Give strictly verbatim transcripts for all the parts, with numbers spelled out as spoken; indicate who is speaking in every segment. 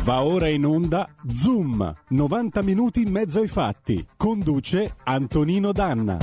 Speaker 1: Va ora in onda Zoom, novanta minuti in mezzo ai fatti. Conduce Antonino Danna.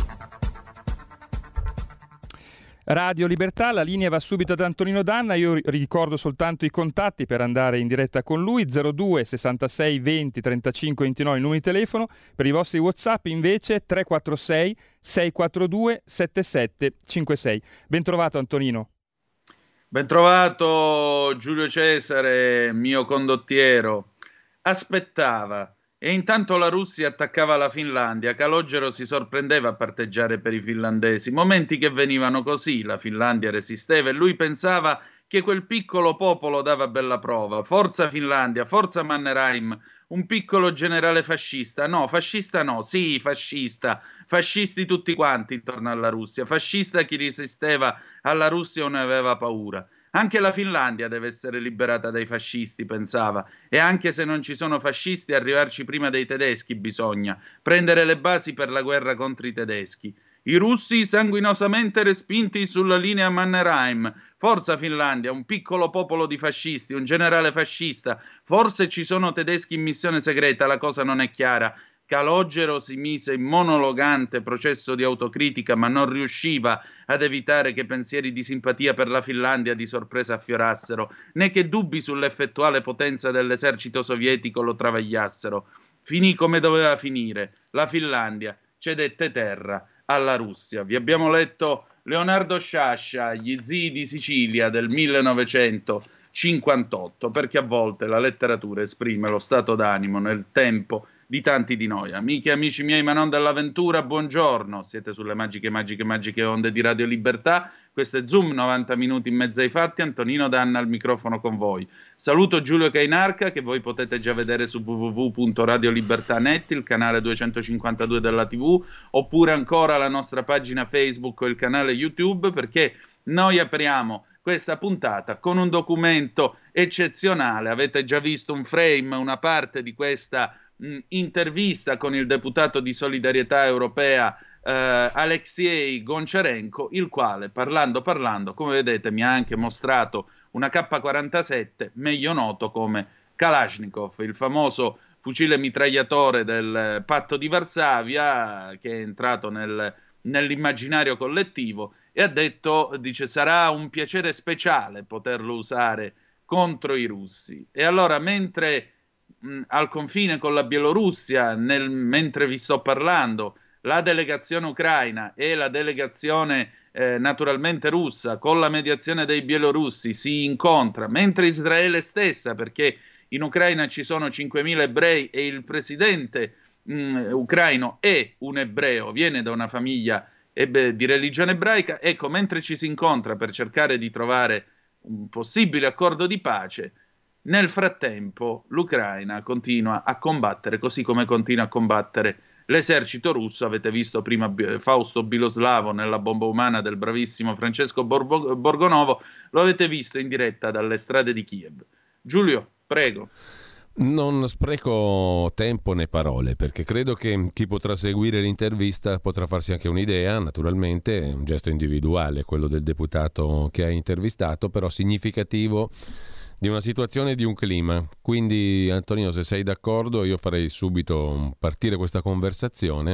Speaker 2: Radio Libertà, la linea va subito ad Antonino Danna. Io ricordo soltanto i contatti per andare in diretta con lui: zero due sessantasei venti trentacinque ventinove il numero di telefono. Per i vostri WhatsApp invece tre quattro sei sei quattro due sette sette cinque sei. Ben trovato Antonino.
Speaker 3: Ben trovato Giulio Cesare, mio condottiero. Aspettava e intanto la Russia attaccava la Finlandia. Calogero si sorprendeva a parteggiare per i finlandesi. Momenti che venivano così, la Finlandia resisteva e lui pensava che quel piccolo popolo dava bella prova. Forza Finlandia, forza Mannerheim, un piccolo generale fascista. No, fascista no, sì, fascista. Fascisti tutti quanti intorno alla Russia. Fascista chi resisteva alla Russia o ne aveva paura. Anche la Finlandia deve essere liberata dai fascisti, pensava. E anche se non ci sono fascisti, arrivarci prima dei tedeschi bisogna. Prendere le basi per la guerra contro i tedeschi. I russi sanguinosamente respinti sulla linea Mannerheim. Forza Finlandia, un piccolo popolo di fascisti, un generale fascista. Forse ci sono tedeschi in missione segreta, la cosa non è chiara. Calogero si mise in monologante processo di autocritica, ma non riusciva ad evitare che pensieri di simpatia per la Finlandia di sorpresa affiorassero, né che dubbi sull'effettuale potenza dell'esercito sovietico lo travagliassero. Finì come doveva finire. La Finlandia cedette terra alla Russia. Vi abbiamo letto Leonardo Sciascia, Gli zii di Sicilia del millenovecentocinquantotto, perché a volte la letteratura esprime lo stato d'animo nel tempo di tanti di noi. Amiche e amici miei, ma non dell'avventura, buongiorno. Siete sulle magiche, magiche, magiche onde di Radio Libertà. Questo è Zoom, novanta minuti in mezzo ai fatti. Antonino Danna al microfono con voi. Saluto Giulio Cainarca, che voi potete già vedere su w w w punto radio libertà punto net, il canale duecentocinquantadue della tivù, oppure ancora la nostra pagina Facebook o il canale YouTube, perché noi apriamo questa puntata con un documento eccezionale. Avete già visto un frame, una parte di questa mh, intervista con il deputato di Solidarietà Europea eh, Alexei Goncharenko, il quale, parlando parlando, come vedete, mi ha anche mostrato una K quarantasette, meglio noto come Kalashnikov, il famoso fucile mitragliatore del patto di Varsavia, che è entrato nel, nell'immaginario collettivo, e ha detto, dice, sarà un piacere speciale poterlo usare contro i russi. E allora, mentre mh, al confine con la Bielorussia, nel, mentre vi sto parlando, la delegazione ucraina e la delegazione eh, naturalmente russa, con la mediazione dei bielorussi, si incontra, mentre Israele stessa, perché in Ucraina ci sono cinquemila ebrei e il presidente mh, ucraino è un ebreo, viene da una famiglia ebbe, di religione ebraica, ecco, mentre ci si incontra per cercare di trovare un possibile accordo di pace, nel frattempo l'Ucraina continua a combattere, così come continua a combattere l'esercito russo. Avete visto prima Fausto Biloslavo nella bomba umana del bravissimo Francesco Borbo- Borgonovo, lo avete visto in diretta dalle strade di Kiev. Giulio, prego.
Speaker 4: Non spreco tempo né parole, perché credo che chi potrà seguire l'intervista potrà farsi anche un'idea. Naturalmente è un gesto individuale quello del deputato che ha intervistato, però significativo di una situazione e di un clima. Quindi, Antonino, se sei d'accordo, io farei subito partire questa conversazione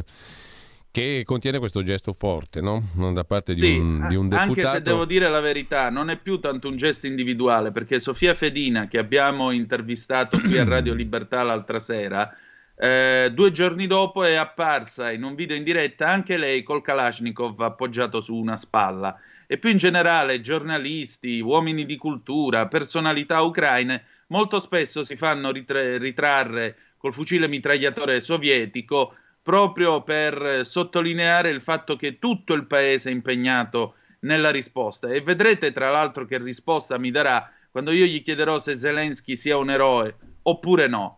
Speaker 4: che contiene questo gesto forte, no? Da parte di,
Speaker 3: sì,
Speaker 4: un, di un deputato.
Speaker 3: Anche se devo dire la verità, non è più tanto un gesto individuale, perché Sofia Fedina, che abbiamo intervistato qui a Radio Libertà l'altra sera, eh, due giorni dopo è apparsa in un video in diretta anche lei col Kalashnikov appoggiato su una spalla. E più in generale giornalisti, uomini di cultura, personalità ucraine molto spesso si fanno ritre- ritrarre col fucile mitragliatore sovietico, proprio per sottolineare il fatto che tutto il paese è impegnato nella risposta. E vedrete tra l'altro che risposta mi darà quando io gli chiederò se Zelensky sia un eroe oppure no.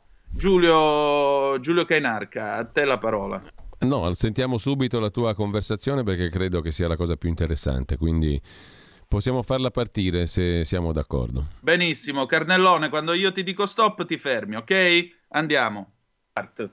Speaker 3: Giulio, Giulio Cainarca, a te la parola.
Speaker 4: No, sentiamo subito la tua conversazione, perché credo che sia la cosa più interessante, quindi possiamo farla partire se siamo d'accordo.
Speaker 3: Benissimo, Carnellone, quando io ti dico stop ti fermi, ok? Andiamo. Start.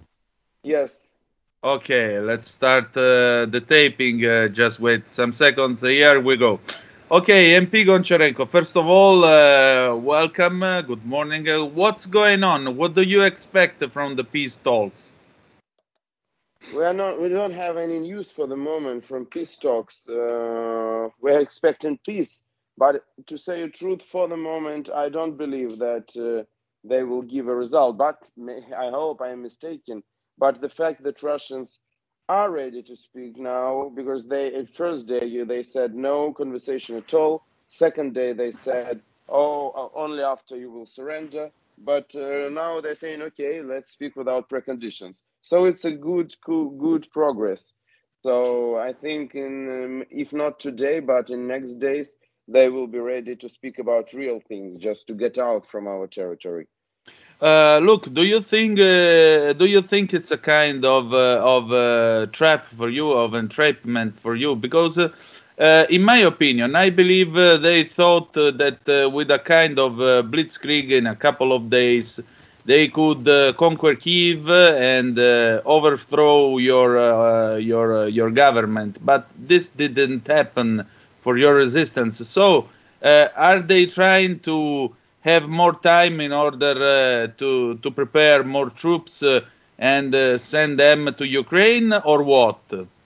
Speaker 5: Yes.
Speaker 3: Okay, let's start uh, the taping. Uh, just wait some seconds. Here we go. Okay, M P Goncharenko, first of all, uh, welcome, uh, good morning. Uh, what's going on? What do you expect from the peace talks?
Speaker 5: We are not. We don't have any news for the moment from peace talks. Uh, we're expecting peace, but to say the truth, for the moment, I don't believe that uh, they will give a result. But may, I hope I am mistaken. But the fact that Russians are ready to speak now, because they at first day they said no conversation at all. Second day they said, oh, only after you will surrender. But uh, now they're saying, okay, let's speak without preconditions. So it's a good, good progress. So I think, in, um, if not today, but in next days, they will be ready to speak about real things, just to get out from our territory.
Speaker 3: Uh, look, do you think uh, do you think it's a kind of uh, of uh, trap for you, of entrapment for you? Because, uh, uh, in my opinion, I believe uh, they thought uh, that uh, with a kind of uh, blitzkrieg in a couple of days, they could uh, conquer Kiev and uh, overthrow your uh, your uh, your government. But this didn't happen for your resistance. So, uh, are they trying to have more time in order uh, to to prepare more troops uh, and uh, send them to Ukraine, or what?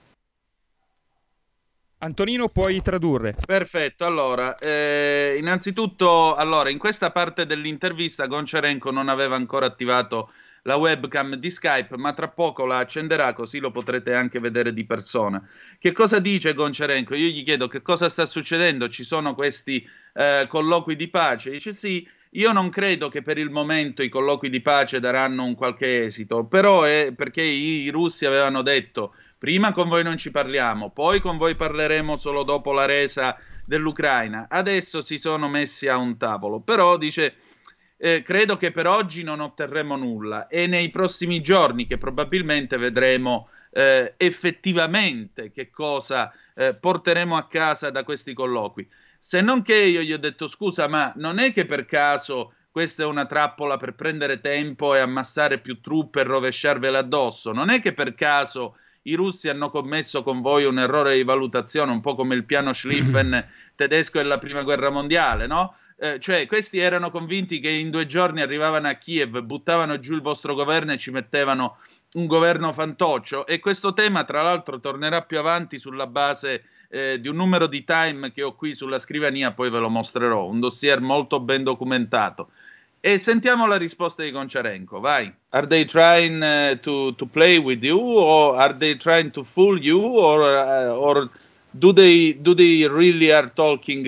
Speaker 2: Antonino, puoi tradurre.
Speaker 3: Perfetto, allora, eh, innanzitutto, allora, in questa parte dell'intervista Goncharenko non aveva ancora attivato la webcam di Skype, ma tra poco la accenderà, così lo potrete anche vedere di persona. Che cosa dice Goncharenko? Io gli chiedo che cosa sta succedendo, ci sono questi eh, colloqui di pace? Dice sì, io non credo che per il momento i colloqui di pace daranno un qualche esito, però è perché i, i russi avevano detto prima con voi non ci parliamo, poi con voi parleremo solo dopo la resa dell'Ucraina. Adesso si sono messi a un tavolo, però dice eh, credo che per oggi non otterremo nulla e nei prossimi giorni che probabilmente vedremo eh, effettivamente che cosa eh, porteremo a casa da questi colloqui. Se non che io gli ho detto scusa, ma non è che per caso questa è una trappola per prendere tempo e ammassare più truppe e rovesciarvele addosso? Non è che per caso i russi hanno commesso con voi un errore di valutazione, un po' come il piano Schlieffen tedesco della prima guerra mondiale, no? Eh, cioè, questi erano convinti che in due giorni arrivavano a Kiev, buttavano giù il vostro governo e ci mettevano un governo fantoccio. E questo tema, tra l'altro, tornerà più avanti sulla base eh, di un numero di time che ho qui sulla scrivania, poi ve lo mostrerò, un dossier molto ben documentato. E sentiamo la risposta di Goncharenko, vai. Are they trying uh, to, to play with you, or are they trying to fool you, or uh, or do they do they really are talking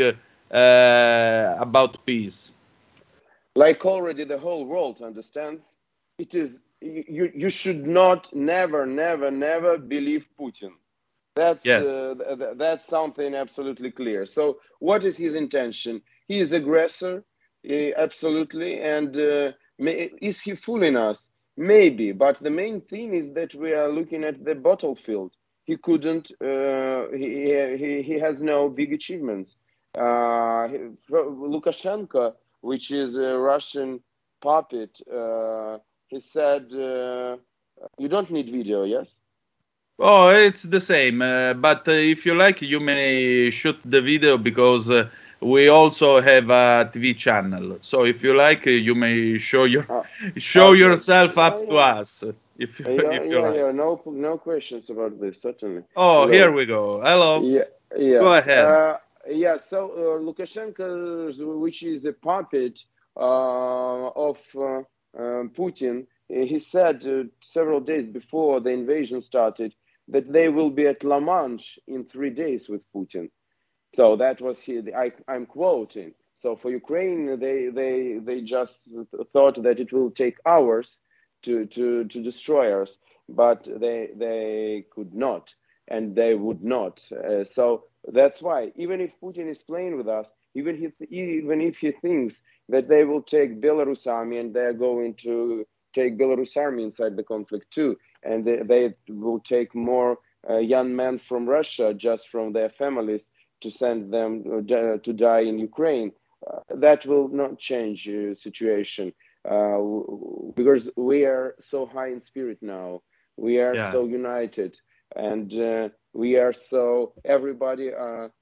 Speaker 3: uh, about peace?
Speaker 5: Like already the whole world understands, it is you. You should not, never, never, never believe Putin. That's
Speaker 3: yes.
Speaker 5: uh, th- that's something absolutely clear. So, what is his intention? He is aggressor. Uh, absolutely. And uh, may, is he fooling us? Maybe. But the main thing is that we are looking at the battlefield. He couldn't, uh, he, he, he has no big achievements. Uh, Lukashenko, which is a Russian puppet, uh, he said, uh, you don't need video, yes?
Speaker 3: Oh, it's the same. Uh, but uh, if you like, you may shoot the video because uh, we also have a T V channel. So if you like, you may show your uh, show okay. yourself up yeah, to yeah. us. If,
Speaker 5: yeah,
Speaker 3: if you
Speaker 5: yeah,
Speaker 3: like.
Speaker 5: yeah. No, no questions about this. Certainly.
Speaker 3: Oh, Hello. Here we go. Hello.
Speaker 5: Yeah, yes.
Speaker 3: Go ahead.
Speaker 5: Uh, yeah. So uh, Lukashenko, which is a puppet uh, of uh, uh, Putin, he said uh, several days before the invasion started that they will be at La Manche in three days with Putin. So that was he, I, I'm quoting. So for Ukraine, they they they just thought that it will take hours to to to destroy us, but they they could not, and they would not. Uh, so that's why, even if Putin is playing with us, even he even if he thinks that they will take Belarus army and they're going to take Belarus army inside the conflict too, and they, they will take more uh, young men from Russia, just from their families, to send them uh, to die in Ukraine. Uh, that will not change the uh, situation uh, because we are so high in spirit now. We are yeah. so united, and uh, we are so everybody uh,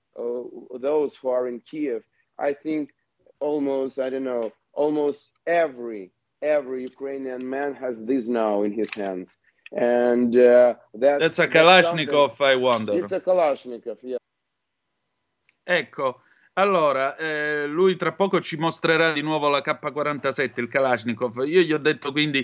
Speaker 5: uh, those who are in Kiev. I think almost, I don't know, almost every every Ukrainian man has this now in his hands. And uh, that's,
Speaker 3: that's a Kalashnikov,
Speaker 5: that's
Speaker 3: I wonder.
Speaker 5: It's a Kalashnikov, yeah.
Speaker 3: Ecco, allora, eh, lui tra poco ci mostrerà di nuovo la K quarantasette, il Kalashnikov. Io gli ho detto quindi,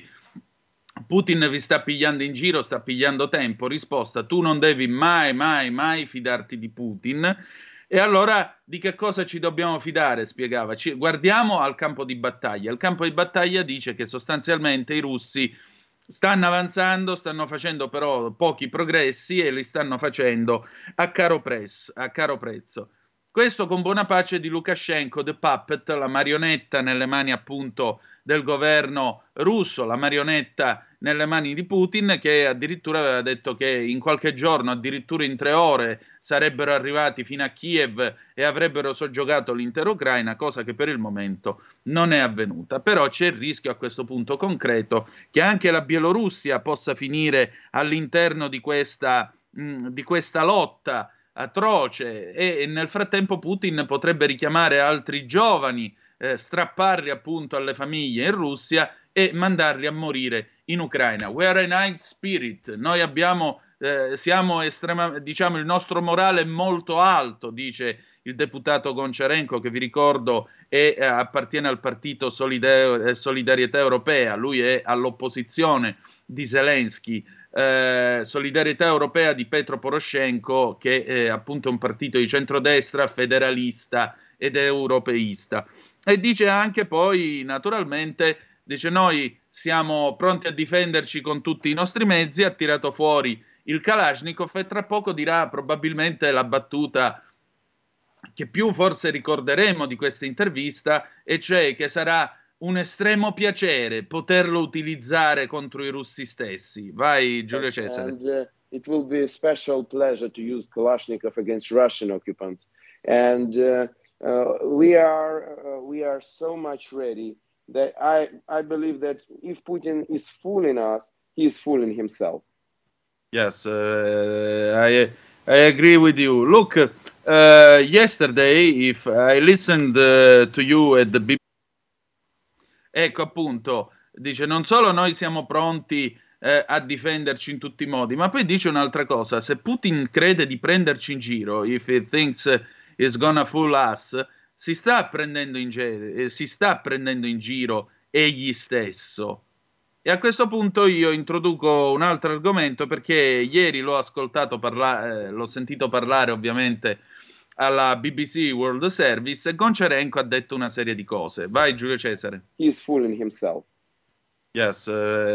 Speaker 3: Putin vi sta pigliando in giro, sta pigliando tempo. Risposta, tu non devi mai, mai, mai fidarti di Putin. E allora di che cosa ci dobbiamo fidare? Spiegava. Ci, guardiamo al campo di battaglia. Il campo di battaglia dice che sostanzialmente i russi stanno avanzando, stanno facendo però pochi progressi e li stanno facendo a caro, prezzo, a caro prezzo. Questo con buona pace di Lukashenko, the puppet, la marionetta nelle mani appunto del governo russo, la marionetta nelle mani di Putin, che addirittura aveva detto che in qualche giorno, addirittura in tre ore, sarebbero arrivati fino a Kiev e avrebbero soggiogato l'intera Ucraina, cosa che per il momento non è avvenuta. Però c'è il rischio a questo punto concreto che anche la Bielorussia possa finire all'interno di questa, mh, di questa lotta atroce e, e nel frattempo Putin potrebbe richiamare altri giovani, eh, strapparli appunto alle famiglie in Russia e mandarli a morire in Ucraina. We are a night spirit, noi abbiamo, eh, siamo estremamente, diciamo, il nostro morale è molto alto, dice il deputato Goncharenko, che vi ricordo è, eh, appartiene al partito Solidar- Solidarietà Europea, lui è all'opposizione di Zelensky. Eh, Solidarietà Europea di Petro Poroshenko, che è appunto un partito di centrodestra, federalista ed europeista. E dice anche poi, naturalmente, dice noi siamo pronti a difenderci con tutti i nostri mezzi, ha tirato fuori il Kalashnikov e tra poco dirà probabilmente la battuta che più forse ricorderemo di questa intervista, e cioè che sarà un estremo piacere poterlo utilizzare contro i russi stessi. Vai Giulio Cesare.
Speaker 5: And uh, it will be a special pleasure to use Kalashnikov against Russian occupants. And uh, uh, we are uh, we are so much ready that I I believe that if Putin is fooling us, he is fooling himself.
Speaker 3: Yes, uh, I I agree with you. Look, uh, yesterday, if I listened uh, to you at the B B C, ecco appunto, dice non solo noi siamo pronti eh, a difenderci in tutti i modi, ma poi dice un'altra cosa: se Putin crede di prenderci in giro, if he thinks he's gonna fool us, si sta prendendo in, ge- si sta prendendo in giro egli stesso. E a questo punto io introduco un altro argomento, perché ieri l'ho ascoltato parlare, eh, l'ho sentito parlare ovviamente alla B B C World Service, e Goncharenko ha detto una serie di cose. Vai Giulio Cesare.
Speaker 5: He is fooling himself.
Speaker 3: Yes,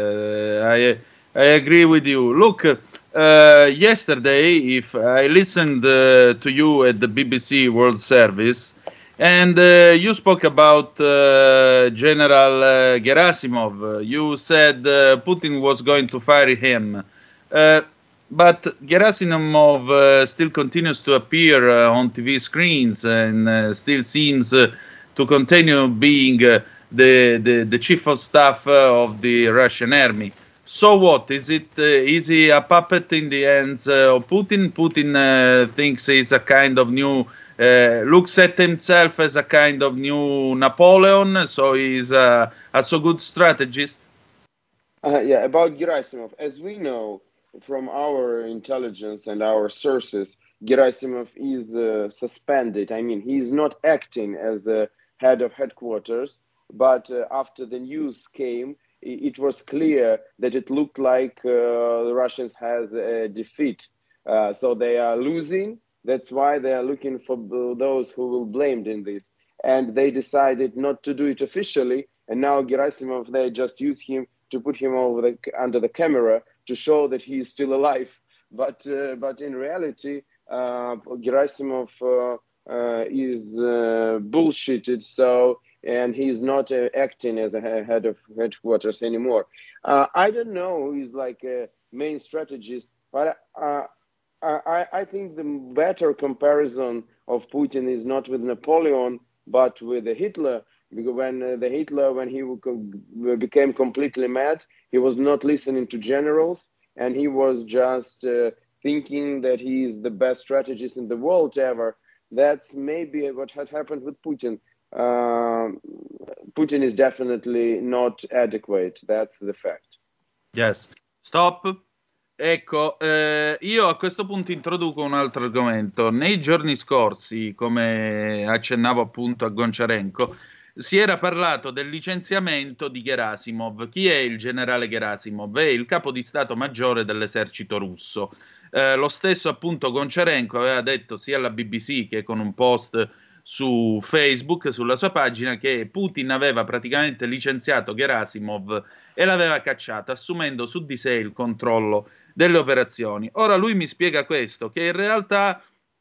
Speaker 3: uh, I I agree with you. Look, uh, yesterday, if I listened uh, to you at the B B C World Service, and uh, you spoke about uh, General uh, Gerasimov, you said uh, Putin was going to fire him. Uh, But Gerasimov uh, still continues to appear uh, on T V screens and uh, still seems uh, to continue being uh, the, the the chief of staff uh, of the Russian army. So what? Is it? Uh, is he a puppet in the hands uh, of Putin? Putin uh, thinks he's a kind of new, uh, looks at himself as a kind of new Napoleon, so he's uh, a so good strategist?
Speaker 5: Uh, yeah, about Gerasimov, as we know from our intelligence and our sources, Gerasimov is uh, suspended. I mean, he is not acting as a head of headquarters, but uh, after the news came, it was clear that it looked like uh, the Russians has a defeat. Uh, so they are losing. That's why they are looking for those who will blame in this. And they decided not to do it officially. And now Gerasimov, they just use him to put him over the, under the camera to show that he is still alive. But uh, but in reality, uh, Gerasimov uh, uh, is uh, bullshitted. So and he's not uh, acting as a head of headquarters anymore. Uh, I don't know. He's like a main strategist, but uh, I, I think the better comparison of Putin is not with Napoleon, but with Hitler. Because when uh, the Hitler, when he became completely mad, he was not listening to generals, and he was just uh, thinking that he is the best strategist in the world ever. that's maybe what had happened with Putin. Uh, Putin is definitely not adequate. That's the fact.
Speaker 3: Yes. Stop. Ecco, eh, io a questo punto introduco un altro argomento. Nei giorni scorsi, come accennavo appunto a Goncharenko, si era parlato del licenziamento di Gerasimov. Chi è il generale Gerasimov? È il capo di Stato Maggiore dell'esercito russo. Eh, lo stesso appunto Goncharenko aveva detto sia alla B B C che con un post su Facebook, sulla sua pagina, che Putin aveva praticamente licenziato Gerasimov e l'aveva cacciato, assumendo su di sé il controllo delle operazioni. Ora lui mi spiega questo, che in realtà,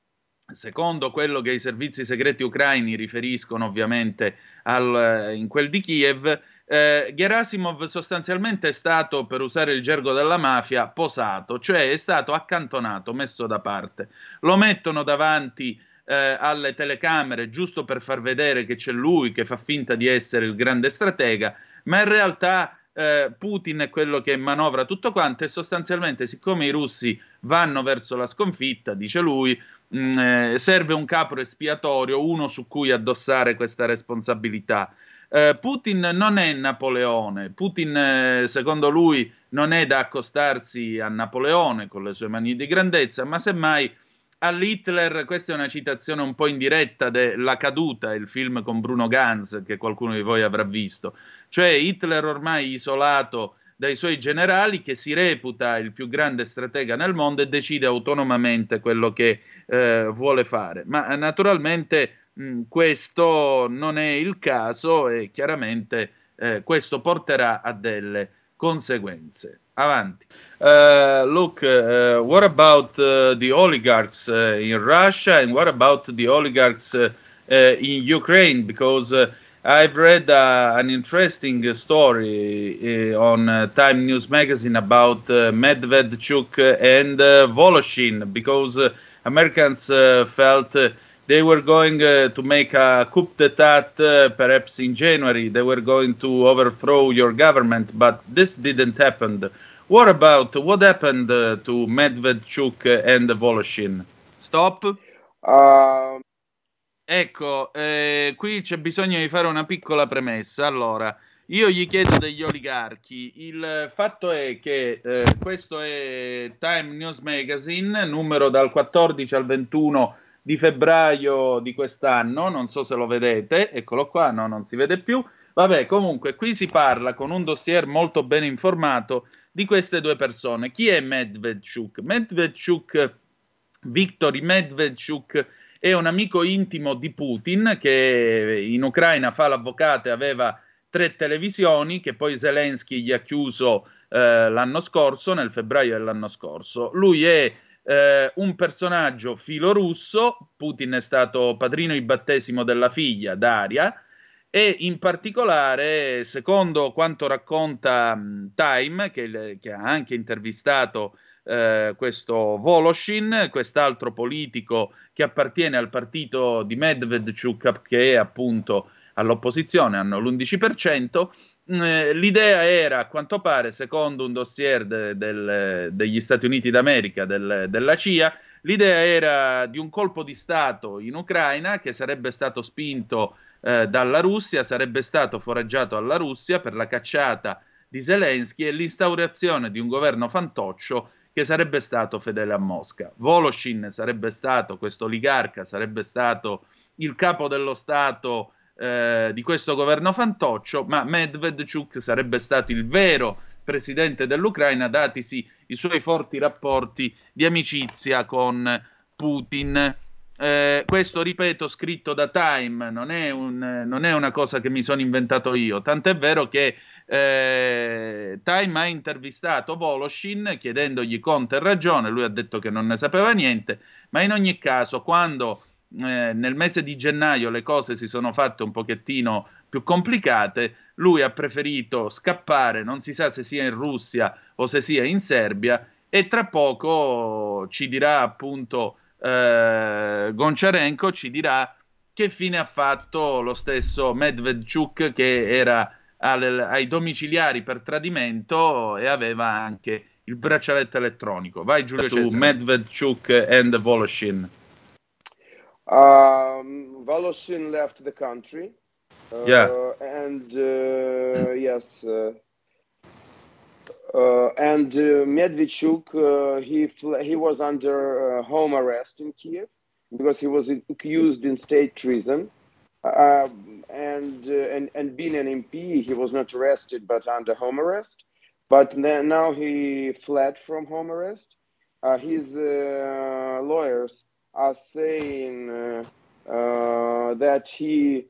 Speaker 3: secondo quello che i servizi segreti ucraini riferiscono ovviamente al, in quel di Kiev, eh, Gerasimov sostanzialmente è stato, per usare il gergo della mafia, posato, cioè è stato accantonato, messo da parte. Lo mettono davanti eh, alle telecamere giusto per far vedere che c'è lui, che fa finta di essere il grande stratega, ma in realtà eh, Putin è quello che manovra tutto quanto, e sostanzialmente, siccome i russi vanno verso la sconfitta, dice lui, mh, eh, serve un capro espiatorio, uno su cui addossare questa responsabilità. Eh, Putin non è Napoleone. Putin, eh, secondo lui, non è da accostarsi a Napoleone con le sue mani di grandezza, ma semmai all'Hitler. Questa è una citazione un po' indiretta della Caduta, il film con Bruno Ganz che qualcuno di voi avrà visto. Cioè Hitler ormai isolato dai suoi generali, che si reputa il più grande stratega nel mondo e decide autonomamente quello che eh, vuole fare. Ma naturalmente mh, questo non è il caso, e chiaramente eh, questo porterà a delle conseguenze. Avanti. Uh, look, uh, what about uh, the oligarchs uh, in Russia, and what about the oligarchs uh, uh, in Ukraine? Because uh, I've read uh, an interesting story uh, on uh, Time News Magazine about uh, Medvedchuk and uh, Voloshin, because uh, Americans uh, felt uh, they were going uh, to make a coup d'etat uh, perhaps in January. They were going to overthrow your government, but this didn't happen. What about, what happened uh, to Medvedchuk and Voloshin? Stop.
Speaker 5: Uh,
Speaker 3: ecco, eh, qui c'è bisogno di fare una piccola premessa. Allora, io gli chiedo degli oligarchi. Il fatto è che eh, questo è Time News Magazine, numero dal quattordici al ventuno di febbraio di quest'anno. Non so se lo vedete. Eccolo qua, no, non si vede più. Vabbè, comunque, qui si parla con un dossier molto ben informato di queste due persone. Chi è Medvedchuk? Medvedchuk, Viktor Medvedchuk, è un amico intimo di Putin, che in Ucraina fa l'avvocato e aveva tre televisioni, che poi Zelensky gli ha chiuso eh, l'anno scorso, nel febbraio dell'anno scorso. Lui è eh, un personaggio filorusso. Putin è stato padrino di battesimo della figlia, Daria, e in particolare, secondo quanto racconta um, Time, che, che ha anche intervistato eh, questo Voloshin, quest'altro politico che appartiene al partito di Medvedchuk, che è appunto all'opposizione, hanno l'undici per cento, eh, l'idea era, a quanto pare, secondo un dossier de, del, degli Stati Uniti d'America, del, della C I A, l'idea era di un colpo di Stato in Ucraina che sarebbe stato spinto Eh, dalla Russia, sarebbe stato foraggiato alla Russia per la cacciata di Zelensky e l'instaurazione di un governo fantoccio che sarebbe stato fedele a Mosca. Voloshin sarebbe stato, questo oligarca, sarebbe stato il capo dello Stato eh, di questo governo fantoccio, ma Medvedchuk sarebbe stato il vero presidente dell'Ucraina, datisi i suoi forti rapporti di amicizia con Putin. Eh, questo, ripeto, scritto da Time, non è, un, non è una cosa che mi sono inventato io, tant'è vero che eh, Time ha intervistato Voloshin chiedendogli conto e ragione. Lui ha detto che non ne sapeva niente, ma in ogni caso, quando eh, nel mese di gennaio le cose si sono fatte un pochettino più complicate, lui ha preferito scappare, non si sa se sia in Russia o se sia in Serbia, e tra poco ci dirà appunto Uh, Goncharenko, ci dirà che fine ha fatto lo stesso Medvedchuk, che era al, ai domiciliari per tradimento e aveva anche il braccialetto elettronico. Vai Giulio Cesare. Medvedchuk and Voloshin.
Speaker 5: Um, Voloshin left the country. Uh,
Speaker 3: Yeah.
Speaker 5: And uh, yes, uh, uh, and uh, Medvedchuk, uh, he fl- he was under uh, home arrest in Kiev because he was accused in state treason. Uh, and, uh, and and being an M P, he was not arrested but under home arrest. But then, now he fled from home arrest. Uh, his uh, lawyers are saying uh, uh, that he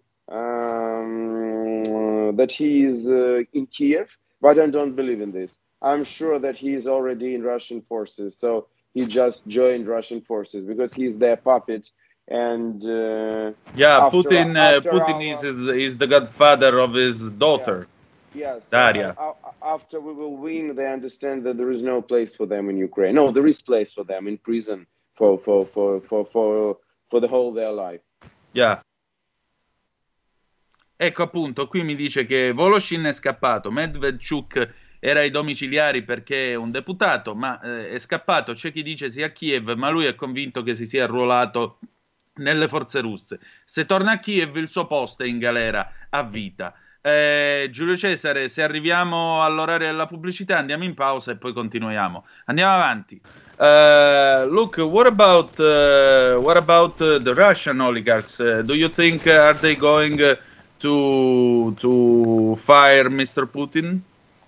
Speaker 5: um, that he is uh, in Kiev, but I don't believe in this. I'm sure that he is already in Russian forces, so he just joined Russian forces because he's their puppet. And uh,
Speaker 3: Yeah,
Speaker 5: after,
Speaker 3: Putin. Uh,
Speaker 5: after
Speaker 3: Putin
Speaker 5: our,
Speaker 3: is, is is the godfather of his daughter,
Speaker 5: yes,
Speaker 3: Daria.
Speaker 5: uh, after we will win, they understand that there is no place for them in Ukraine. No, there is place for them in prison for for for for for, for the whole of their life.
Speaker 3: Yeah. Ecco appunto, qui mi dice che Voloshin è scappato, Medvedchuk era ai domiciliari perché è un deputato, ma eh, è scappato, c'è chi dice sia a Kiev, ma lui è convinto che si sia arruolato nelle forze russe. Se torna a Kiev il suo posto è in galera a vita. Eh, Giulio Cesare, se arriviamo all'orario della pubblicità andiamo in pausa e poi continuiamo. Andiamo avanti. Uh, look, what about uh, what about uh, the Russian oligarchs? Uh, do you think uh, are they going uh, to to fire Mister Putin?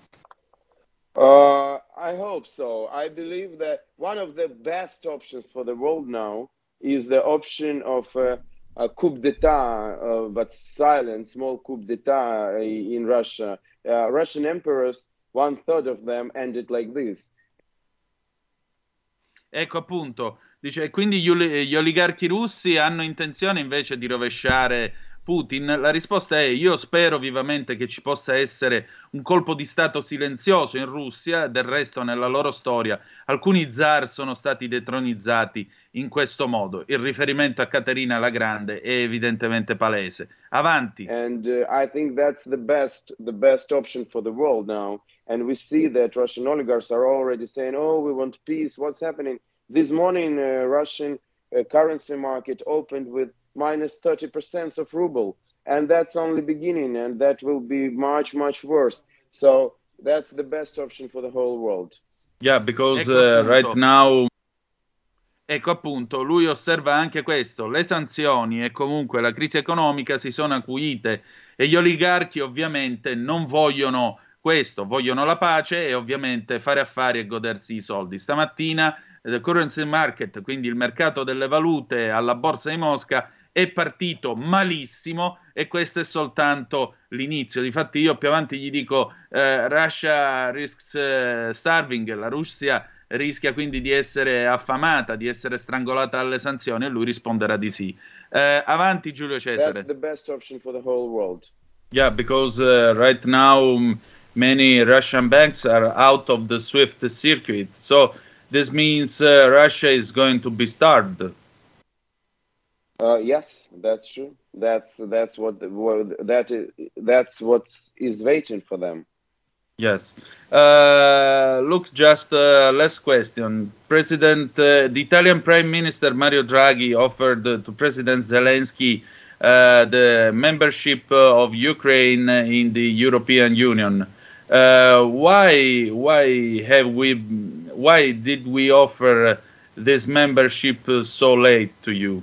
Speaker 5: Uh, I hope so. I believe that one of the best options for the world now is the option of uh, a coup d'etat, uh, but silent, small coup d'etat in Russia. Uh, Russian emperors, one third of them ended like this.
Speaker 3: Ecco appunto, dice, quindi gli, gli oligarchi russi hanno intenzione invece di rovesciare Putin? La risposta è: io spero vivamente che ci possa essere un colpo di stato silenzioso in Russia. Del resto nella loro storia alcuni zar sono stati detronizzati in questo modo. Il riferimento a Caterina la Grande è evidentemente palese. Avanti.
Speaker 5: And uh, I think that's the best the best option for the world now. And we see that Russian oligarchs are already saying, oh, we want peace. What's happening? This morning, uh, Russian uh, currency market opened with minus thirty percent of ruble. And that's only beginning, and that will be much, much worse. So that's the best option for the whole world.
Speaker 3: Yeah, because uh, right now... Ecco appunto, lui osserva anche questo, le sanzioni e comunque la crisi economica si sono acuite e gli oligarchi ovviamente non vogliono questo, vogliono la pace e ovviamente fare affari e godersi i soldi. Stamattina the currency market, quindi il mercato delle valute alla borsa di Mosca, è partito malissimo e questo è soltanto l'inizio. Difatti io più avanti gli dico eh, Russia risks uh, starving, la Russia rischia quindi di essere affamata, di essere strangolata dalle sanzioni, e lui risponderà di sì. Uh, avanti Giulio Cesare.
Speaker 5: That's the best option for the whole world.
Speaker 3: Yeah, because uh, right now many Russian banks are out of the SWIFT circuit, so this means uh, Russia is going to be starved.
Speaker 5: Uh, yes, that's true. That's that's what the, that is, that's what is waiting for them.
Speaker 3: Yes. Uh, look, just uh, last question. President, uh, the Italian Prime Minister Mario Draghi offered uh, to President Zelensky uh, the membership uh, of Ukraine in the European Union. Uh, why? Why have we? Why did we offer this membership so late to you?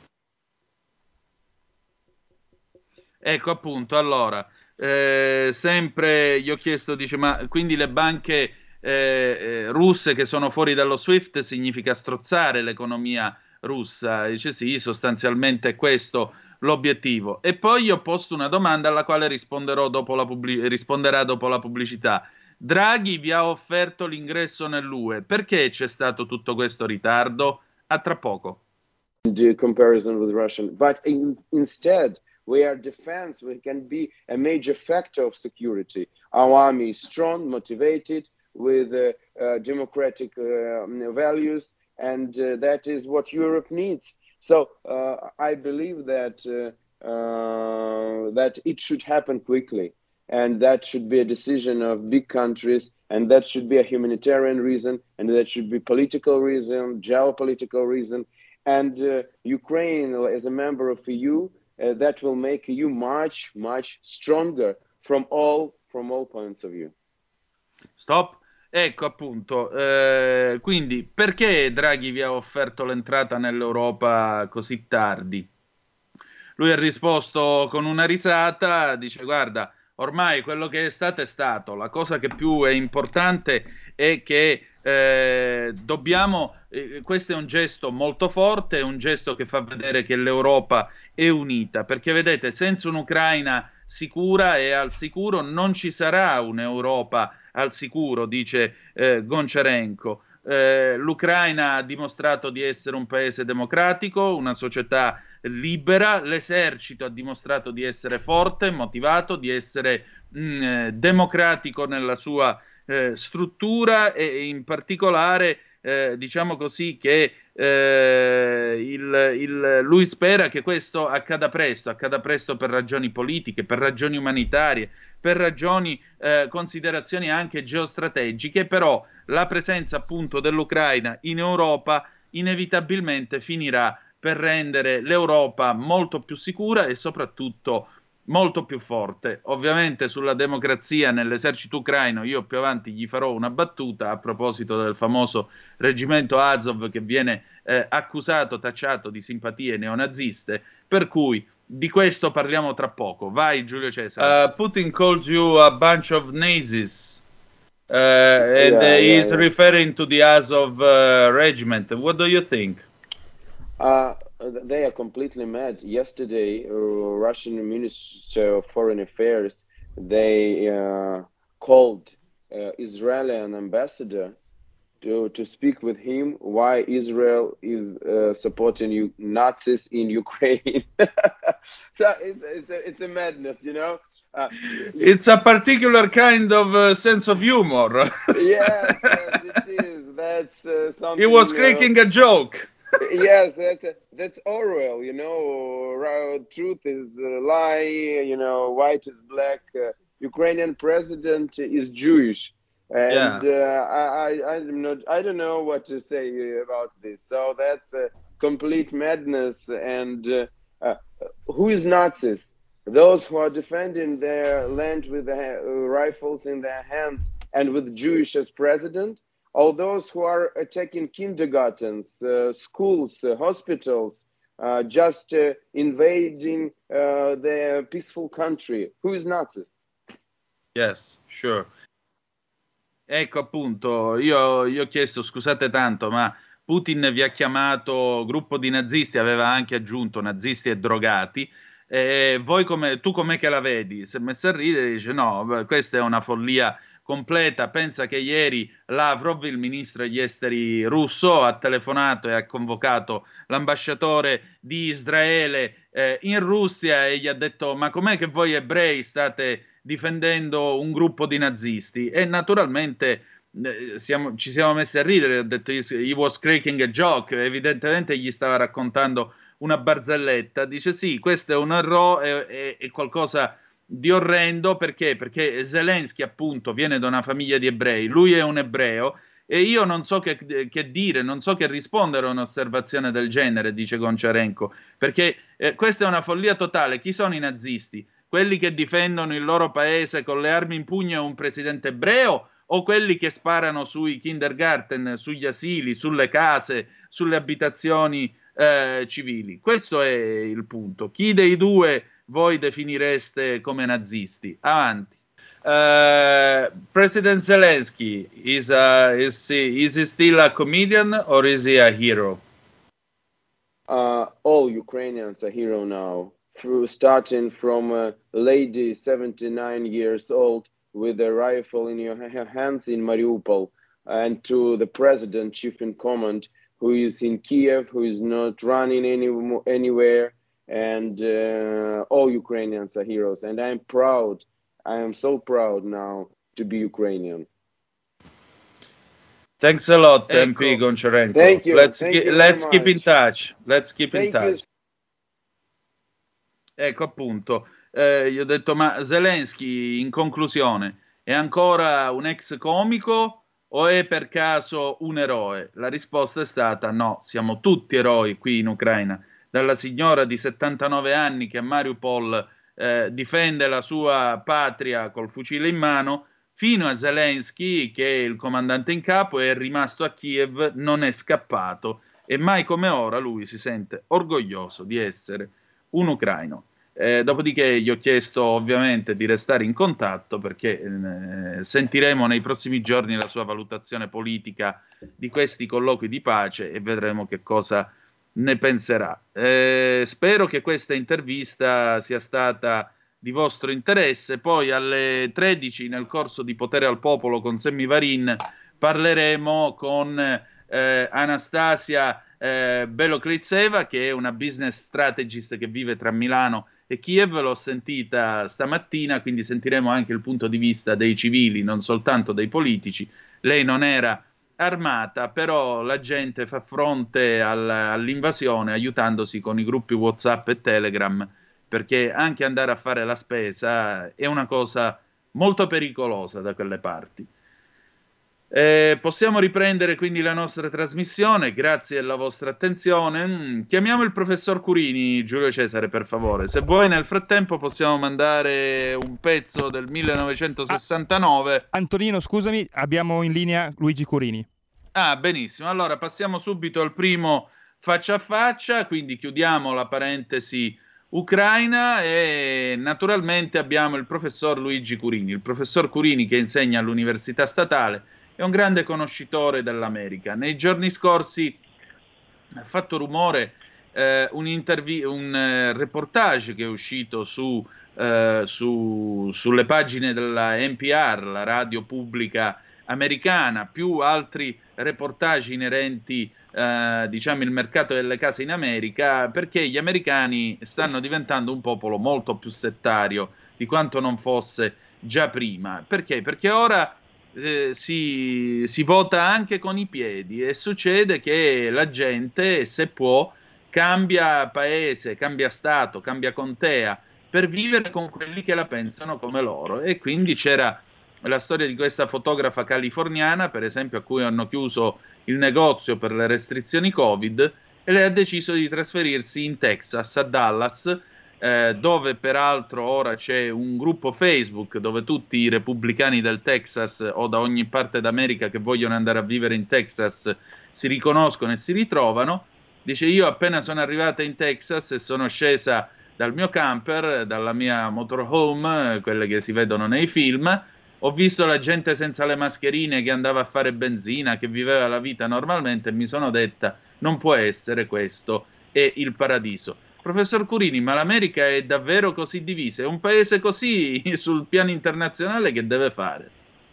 Speaker 3: Ecco appunto, allora. Eh, sempre gli ho chiesto, dice, ma quindi le banche eh, eh, russe che sono fuori dallo SWIFT significa strozzare l'economia russa? Dice sì, sostanzialmente è questo l'obiettivo. E poi gli ho posto una domanda alla quale risponderò dopo la pubblic- risponderà dopo la pubblicità. Draghi vi ha offerto l'ingresso nell'U E, perché c'è stato tutto questo ritardo? A tra poco.
Speaker 5: Do comparison with Russian, but in, instead we are defense. We can be a major factor of security. Our army is strong, motivated, with uh, uh, democratic uh, values, and uh, that is what Europe needs. So uh, I believe that uh, uh, that it should happen quickly, and that should be a decision of big countries, and that should be a humanitarian reason, and that should be political reason, geopolitical reason, and uh, Ukraine as a member of E U, uh, that will make E U much, much stronger from all, from all points of view.
Speaker 3: Stop. Ecco appunto, eh, quindi perché Draghi vi ha offerto l'entrata nell'Europa così tardi? Lui ha risposto con una risata, dice guarda, ormai quello che è stato è stato, la cosa che più è importante è che eh, dobbiamo, eh, questo è un gesto molto forte, è un gesto che fa vedere che l'Europa è unita, perché vedete, senza un'Ucraina sicura e al sicuro non ci sarà un'Europa al sicuro, dice eh, Goncharenko. Eh, L'Ucraina ha dimostrato di essere un paese democratico, una società libera, l'esercito ha dimostrato di essere forte, motivato, di essere mh, democratico nella sua eh, struttura e in particolare eh, diciamo così che eh, il, il, lui spera che questo accada presto, accada presto per ragioni politiche, per ragioni umanitarie, per ragioni, eh, considerazioni anche geostrategiche, però la presenza appunto dell'Ucraina in Europa inevitabilmente finirà per rendere l'Europa molto più sicura e soprattutto molto più forte. Ovviamente sulla democrazia nell'esercito ucraino io più avanti gli farò una battuta a proposito del famoso reggimento Azov che viene eh, accusato, tacciato di simpatie neonaziste, per cui di questo parliamo tra poco. Vai Giulio Cesare. Uh, Putin calls you a bunch of Nazis uh, and
Speaker 5: Yeah,
Speaker 3: uh,
Speaker 5: yeah,
Speaker 3: he's
Speaker 5: yeah.
Speaker 3: referring to the Azov uh, regiment. What do you think?
Speaker 5: Uh, they are completely mad. Yesterday, uh, Russian Minister of Foreign Affairs, they uh, called uh, Israeli ambassador to, to speak with him why Israel is uh, supporting you Nazis in Ukraine. So it's, it's, a, it's a madness, you know. Uh,
Speaker 3: it's a particular kind of uh, sense of humor.
Speaker 5: Yes, yes, it is. That's uh, something.
Speaker 3: He was cracking uh, a joke.
Speaker 5: Yes, that's that's Orwell. You know, truth is a lie. You know, white is black. Uh, Ukrainian president is Jewish, and
Speaker 3: yeah.
Speaker 5: uh, I, I I'm not. I don't know what to say about this. So that's a complete madness. And uh, uh, who is Nazis? Those who are defending their land with the uh, rifles in their hands and with Jewish as president. All those who are attacking kindergartens, uh, schools, uh, hospitals, uh, just uh, invading uh, their peaceful country. Who is Nazis?
Speaker 3: Yes, sure. Ecco appunto, io, io ho chiesto, scusate tanto, ma Putin vi ha chiamato gruppo di nazisti, aveva anche aggiunto nazisti e drogati. E voi come, tu com'è che la vedi? Si è messo a ridere e dice no, questa è una follia completa. Pensa che ieri Lavrov, il ministro degli esteri russo, ha telefonato e ha convocato l'ambasciatore di Israele eh, in Russia e gli ha detto ma com'è che voi ebrei state difendendo un gruppo di nazisti? E naturalmente eh, siamo, ci siamo messi a ridere, ha detto he was cracking a joke, evidentemente gli stava raccontando una barzelletta. Dice sì, questo è un errore, è, è, è qualcosa di orrendo. Perché? Perché Zelensky appunto viene da una famiglia di ebrei, lui è un ebreo e io non so che, che dire, non so che rispondere a un'osservazione del genere, dice Goncharenko, perché eh, questa è una follia totale. Chi sono i nazisti? Quelli che difendono il loro paese con le armi in pugno e un presidente ebreo o quelli che sparano sui kindergarten, sugli asili, sulle case, sulle abitazioni eh, civili? Questo è il punto. Chi dei due voi definireste come nazisti? Avanti. Uh, President Zelensky, is, uh, is, he, is he still a comedian or is he a hero?
Speaker 5: Uh, all Ukrainians are hero now. Through, starting from a lady seventy-nine years old with a rifle in your hands in Mariupol, and to the president, chief in command, who is in Kiev, who is not running any, anywhere. And uh, all Ukrainians are heroes, and I'm proud. I am so proud now to be Ukrainian.
Speaker 3: Thanks a lot,
Speaker 5: ecco.
Speaker 3: M P Goncharenko.
Speaker 5: Thank you.
Speaker 3: Let's,
Speaker 5: Thank
Speaker 3: ge-
Speaker 5: you
Speaker 3: let's
Speaker 5: very
Speaker 3: keep in
Speaker 5: much.
Speaker 3: touch. Let's keep
Speaker 5: Thank
Speaker 3: in touch.
Speaker 5: You.
Speaker 3: Ecco appunto, eh, gli ho detto, ma Zelensky in conclusione è ancora un ex comico o è per caso un eroe? La risposta è stata no, siamo tutti eroi qui in Ucraina, dalla signora di settantanove anni che a Mariupol eh, difende la sua patria col fucile in mano, fino a Zelensky che è il comandante in capo, è rimasto a Kiev, non è scappato e mai come ora lui si sente orgoglioso di essere un ucraino. Eh, dopodiché gli ho chiesto ovviamente di restare in contatto perché eh, sentiremo nei prossimi giorni la sua valutazione politica di questi colloqui di pace e vedremo che cosa ne penserà. Eh, spero che questa intervista sia stata di vostro interesse. Poi alle tredici nel corso di Potere al Popolo con Semmi Varin parleremo con eh, Anastasia eh, Beloklitseva, che è una business strategist che vive tra Milano e Kiev. L'ho sentita stamattina, quindi sentiremo anche il punto di vista dei civili, non soltanto dei politici. Lei non era armata, però la gente fa fronte al, all'invasione aiutandosi con i gruppi WhatsApp e Telegram, perché anche andare a fare la spesa è una cosa molto pericolosa da quelle parti. Eh, possiamo riprendere quindi la nostra trasmissione, grazie alla vostra attenzione. Chiamiamo il professor Curini, Giulio Cesare, per favore. Se vuoi nel frattempo possiamo mandare un pezzo del millenovecentosessantanove.
Speaker 2: Ah, Antonino, scusami, abbiamo in linea Luigi Curini.
Speaker 3: Ah, benissimo. Allora passiamo subito al primo faccia a faccia, quindi chiudiamo la parentesi Ucraina e naturalmente abbiamo il professor Luigi Curini. Il professor Curini che insegna all'Università Statale è un grande conoscitore dell'America. Nei giorni scorsi ha fatto rumore eh, un, intervi- un eh, reportage che è uscito su, eh, su, sulle pagine della N P R, la radio pubblica americana, più altri reportage inerenti eh, diciamo il mercato delle case in America, perché gli americani stanno diventando un popolo molto più settario di quanto non fosse già prima. Perché? Perché ora Eh, si, si vota anche con i piedi e succede che la gente, se può, cambia paese, cambia stato, cambia contea per vivere con quelli che la pensano come loro. E quindi c'era la storia di questa fotografa californiana, per esempio, a cui hanno chiuso il negozio per le restrizioni Covid, e lei ha deciso di trasferirsi in Texas, a Dallas, Eh, dove peraltro ora c'è un gruppo Facebook dove tutti i repubblicani del Texas o da ogni parte d'America che vogliono andare a vivere in Texas si riconoscono e si ritrovano. Dice: io appena sono arrivata in Texas e sono scesa dal mio camper, dalla mia motorhome, quelle che si vedono nei film, ho visto la gente senza le mascherine che andava a fare benzina, che viveva la vita normalmente, e mi sono detta: non può essere questo, è il paradiso. Professor Curini, ma l'America è davvero così divisa? È un paese così sul piano internazionale, che deve fare?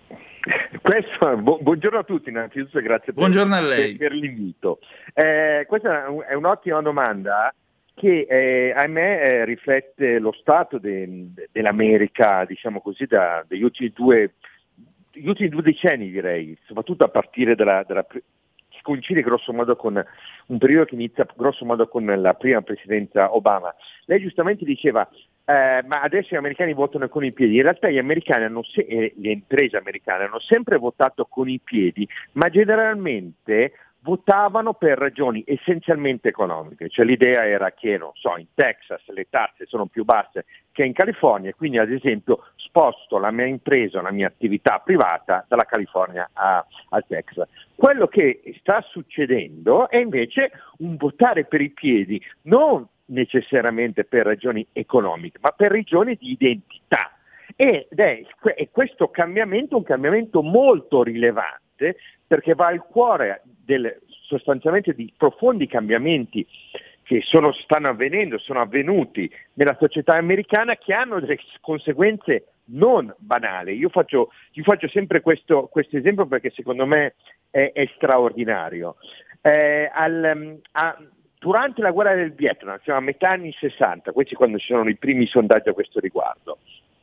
Speaker 6: Questo, bu- buongiorno a tutti innanzitutto e grazie per,
Speaker 3: buongiorno a lei.
Speaker 6: per, per l'invito. Eh, questa è un'ottima domanda che eh, ahimè eh, riflette lo stato de- dell'America, diciamo così, da, degli ultimi due, gli ultimi due decenni, direi, soprattutto a partire dalla, dalla che coincide grosso modo con un periodo che inizia grosso modo con la prima presidenza Obama. Lei giustamente diceva eh, ma adesso gli americani votano con i piedi. In realtà gli americani hanno se- eh, le imprese americane hanno sempre votato con i piedi, ma generalmente votavano per ragioni essenzialmente economiche, cioè l'idea era che, non so, in Texas le tasse sono più basse che in California, quindi ad esempio sposto la mia impresa, la mia attività privata dalla California a, al Texas. Quello che sta succedendo è invece un votare per i piedi, non necessariamente per ragioni economiche, ma per ragioni di identità. Ed è, è questo cambiamento un cambiamento molto rilevante, perché va al cuore del, sostanzialmente di profondi cambiamenti che sono, stanno avvenendo, sono avvenuti nella società americana, che hanno delle conseguenze non banali. Io faccio, io faccio sempre questo, questo esempio perché secondo me è, è straordinario. Eh, al, a, durante la guerra del Vietnam, siamo a metà anni sessanta, questi quando ci sono i primi sondaggi a questo riguardo,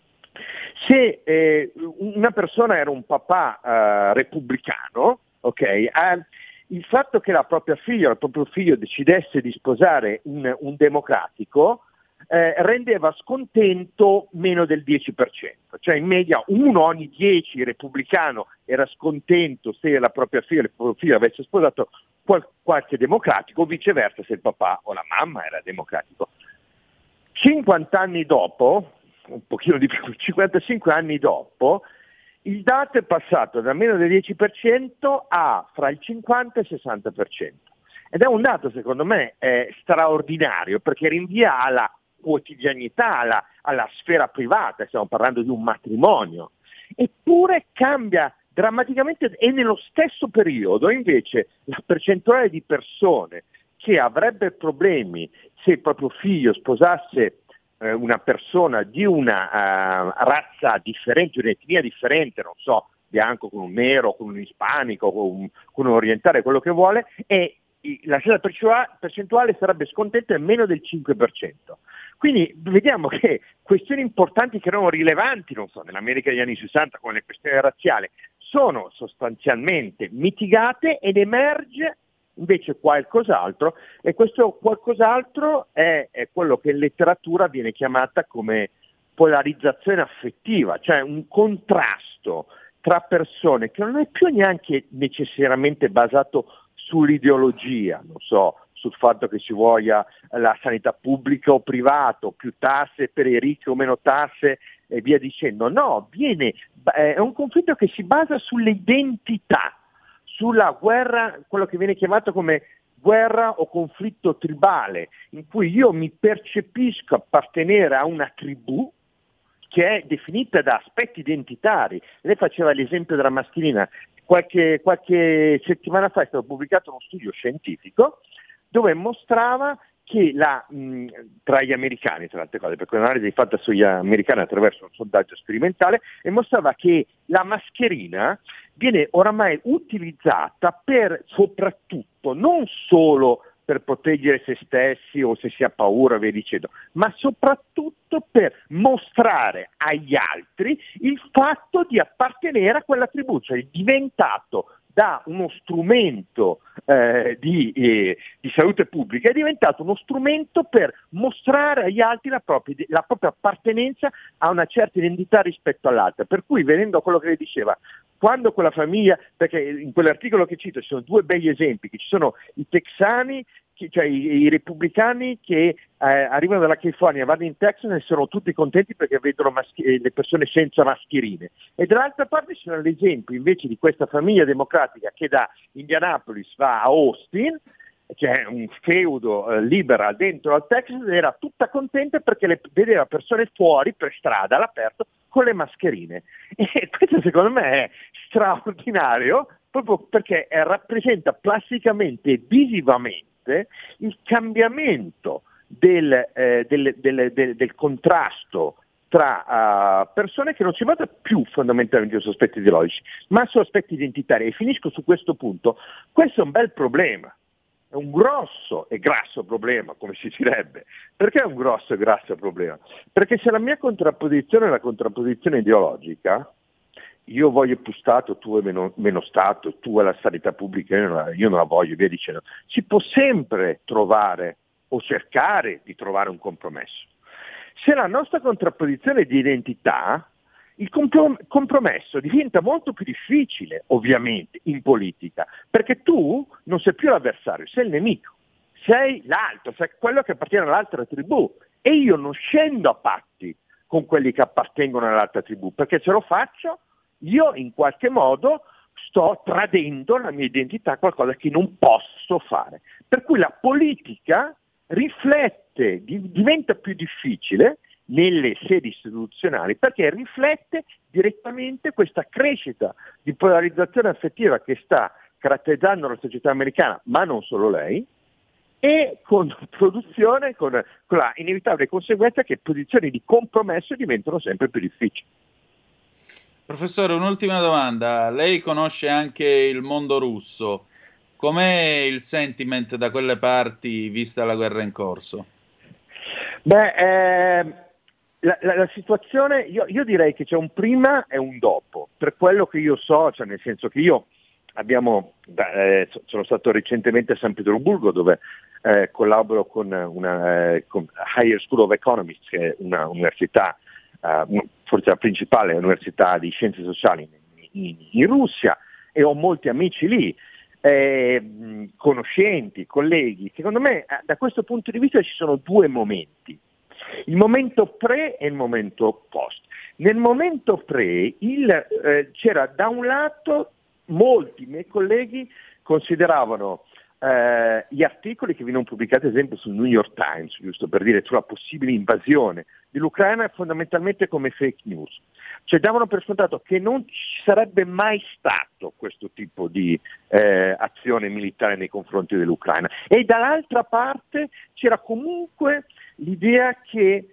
Speaker 6: se eh, una persona era un papà eh, repubblicano, ok, eh, il fatto che la propria figlia o il proprio figlio decidesse di sposare un, un democratico eh, rendeva scontento meno del dieci per cento, cioè in media uno ogni dieci repubblicano era scontento se la propria figlia, il proprio figlio avesse sposato qual- qualche democratico, o viceversa se il papà o la mamma era democratico. cinquanta anni dopo, un pochino di più, cinquantacinque anni dopo, il dato è passato da meno del dieci per cento a fra il cinquanta e il sessanta per cento. Ed è un dato, secondo me, eh, straordinario, perché rinvia alla quotidianità, alla, alla sfera privata, stiamo parlando di un matrimonio. Eppure cambia drammaticamente, e nello stesso periodo invece la percentuale di persone che avrebbe problemi se il proprio figlio sposasse eh, una persona di una uh, razza differente, un'etnia differente, non so, bianco con un nero, con un ispanico, con un, con un orientale, quello che vuole, e la stessa percentuale sarebbe scontenta in meno del cinque per cento. Quindi vediamo che questioni importanti che erano rilevanti, non so, nell'America degli anni sessanta come le questioni razziali, sono sostanzialmente mitigate ed emerge invece qualcos'altro, e questo qualcos'altro è, è quello che in letteratura viene chiamata come polarizzazione affettiva, cioè un contrasto tra persone che non è più neanche necessariamente basato sull'ideologia, non so, sul fatto che si voglia la sanità pubblica o privata, più tasse per i ricchi o meno tasse e via dicendo. No, viene, è un conflitto che si basa sulle identità, sulla guerra, quello che viene chiamato come guerra o conflitto tribale, in cui io mi percepisco appartenere a una tribù che è definita da aspetti identitari. Lei faceva l'esempio della mascherina. Qualche, qualche settimana fa è stato pubblicato uno studio scientifico dove mostrava che la, mh, tra gli americani, tra le altre cose, perché un'analisi fatta sugli americani attraverso un sondaggio sperimentale, e mostrava che la mascherina viene oramai utilizzata per soprattutto, non solo per proteggere se stessi o se si ha paura, via dicendo, ma soprattutto per mostrare agli altri il fatto di appartenere a quella tribù, cioè è diventato da uno strumento eh, di, eh, di salute pubblica, è diventato uno strumento per mostrare agli altri la propria, la propria appartenenza a una certa identità rispetto all'altra. Per cui, venendo a quello che lei diceva, quando quella famiglia, perché in quell'articolo che cito ci sono due begli esempi, che ci sono i texani, cioè i, i repubblicani che eh, arrivano dalla California, vanno in Texas e sono tutti contenti perché vedono maschi- le persone senza mascherine, e dall'altra parte ci sono l'esempio invece di questa famiglia democratica che da Indianapolis va a Austin, che è un feudo eh, liberal dentro al Texas, ed era tutta contenta perché le vedeva persone fuori per strada all'aperto con le mascherine. E questo secondo me è straordinario, proprio perché eh, rappresenta plasticamente e visivamente il cambiamento del, eh, del, del, del, del contrasto tra uh, persone che non si basa più fondamentalmente su aspetti ideologici, ma su aspetti identitari. E finisco su questo punto. Questo è un bel problema, è un grosso e grasso problema, come si direbbe. Perché è un grosso e grasso problema? Perché se la mia contrapposizione è la contrapposizione ideologica, io voglio più Stato, tu hai meno, meno Stato, tu hai la sanità pubblica, io non la, io non la voglio, via dicendo. Si può sempre trovare o cercare di trovare un compromesso. Se la nostra contrapposizione è di identità, il comprom- compromesso diventa molto più difficile, ovviamente, in politica, perché tu non sei più l'avversario, sei il nemico, sei l'altro, sei quello che appartiene all'altra tribù, e io non scendo a patti con quelli che appartengono all'altra tribù, perché se lo faccio io in qualche modo sto tradendo la mia identità, qualcosa che non posso fare. Per cui la politica riflette, diventa più difficile nelle sedi istituzionali, perché riflette direttamente questa crescita di polarizzazione affettiva che sta caratterizzando la società americana, ma non solo lei, e con produzione, con, con la inevitabile conseguenza che posizioni di compromesso diventano sempre più difficili.
Speaker 3: Professore, un'ultima domanda. Lei conosce anche il mondo russo. Com'è il sentiment da quelle parti vista la guerra in corso?
Speaker 6: Beh, eh, la, la, la situazione, io, io direi che c'è un prima e un dopo. Per quello che io so, cioè nel senso che io abbiamo, eh, sono stato recentemente a San Pietroburgo, dove eh, collaboro con una eh, con Higher School of Economics, che è una università, uh, forse la principale università di scienze sociali in, in, in Russia, e ho molti amici lì, eh, conoscenti, colleghi. Secondo me da questo punto di vista ci sono due momenti, il momento pre e il momento post. Nel momento pre il, eh, c'era da un lato, molti miei colleghi consideravano eh, gli articoli che venivano pubblicati ad esempio sul New York Times, giusto per dire, sulla possibile invasione dell'Ucraina fondamentalmente come fake news. Cioè davano per scontato che non ci sarebbe mai stato questo tipo di eh, azione militare nei confronti dell'Ucraina. E dall'altra parte c'era comunque l'idea che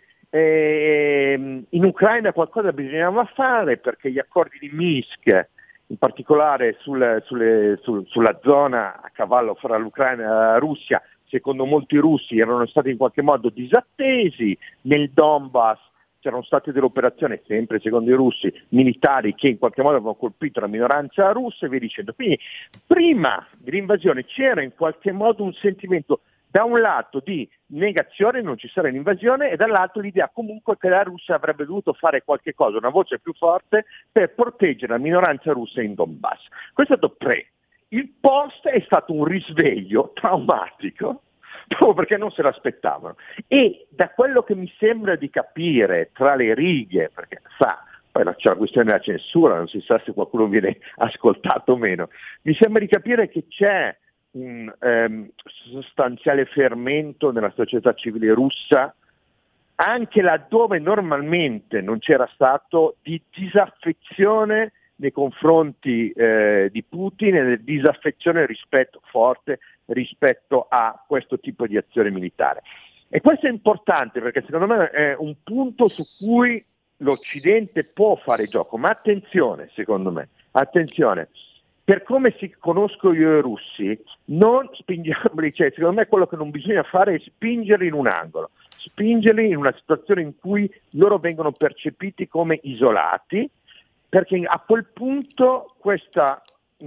Speaker 6: eh, in Ucraina qualcosa bisognava fare, perché gli accordi di Minsk, in particolare sul, sulle, sul, sulla zona a cavallo fra l'Ucraina e la Russia, secondo molti russi erano stati in qualche modo disattesi. Nel Donbass c'erano state delle operazioni, sempre secondo i russi, militari che in qualche modo avevano colpito la minoranza russa e via dicendo. Quindi prima dell'invasione c'era in qualche modo un sentimento da un lato di negazione, non ci sarà un'invasione, e dall'altro l'idea comunque che la Russia avrebbe dovuto fare qualche cosa, una voce più forte per proteggere la minoranza russa in Donbass. Questo è stato pre. Il post è stato un risveglio traumatico, proprio perché non se l'aspettavano. E da quello che mi sembra di capire tra le righe, perché sa, poi c'è la questione della censura, non si sa se qualcuno viene ascoltato o meno, mi sembra di capire che c'è un ehm, sostanziale fermento nella società civile russa, anche laddove normalmente non c'era stato, di disaffezione nei confronti eh, di Putin e di disaffezione rispetto, forte rispetto a questo tipo di azione militare. E questo è importante perché secondo me è un punto su cui l'Occidente può fare gioco, ma attenzione, secondo me, attenzione, per come si conosco io e i russi, non spingerli, cioè secondo me quello che non bisogna fare è spingerli in un angolo, spingerli in una situazione in cui loro vengono percepiti come isolati, perché a quel punto questa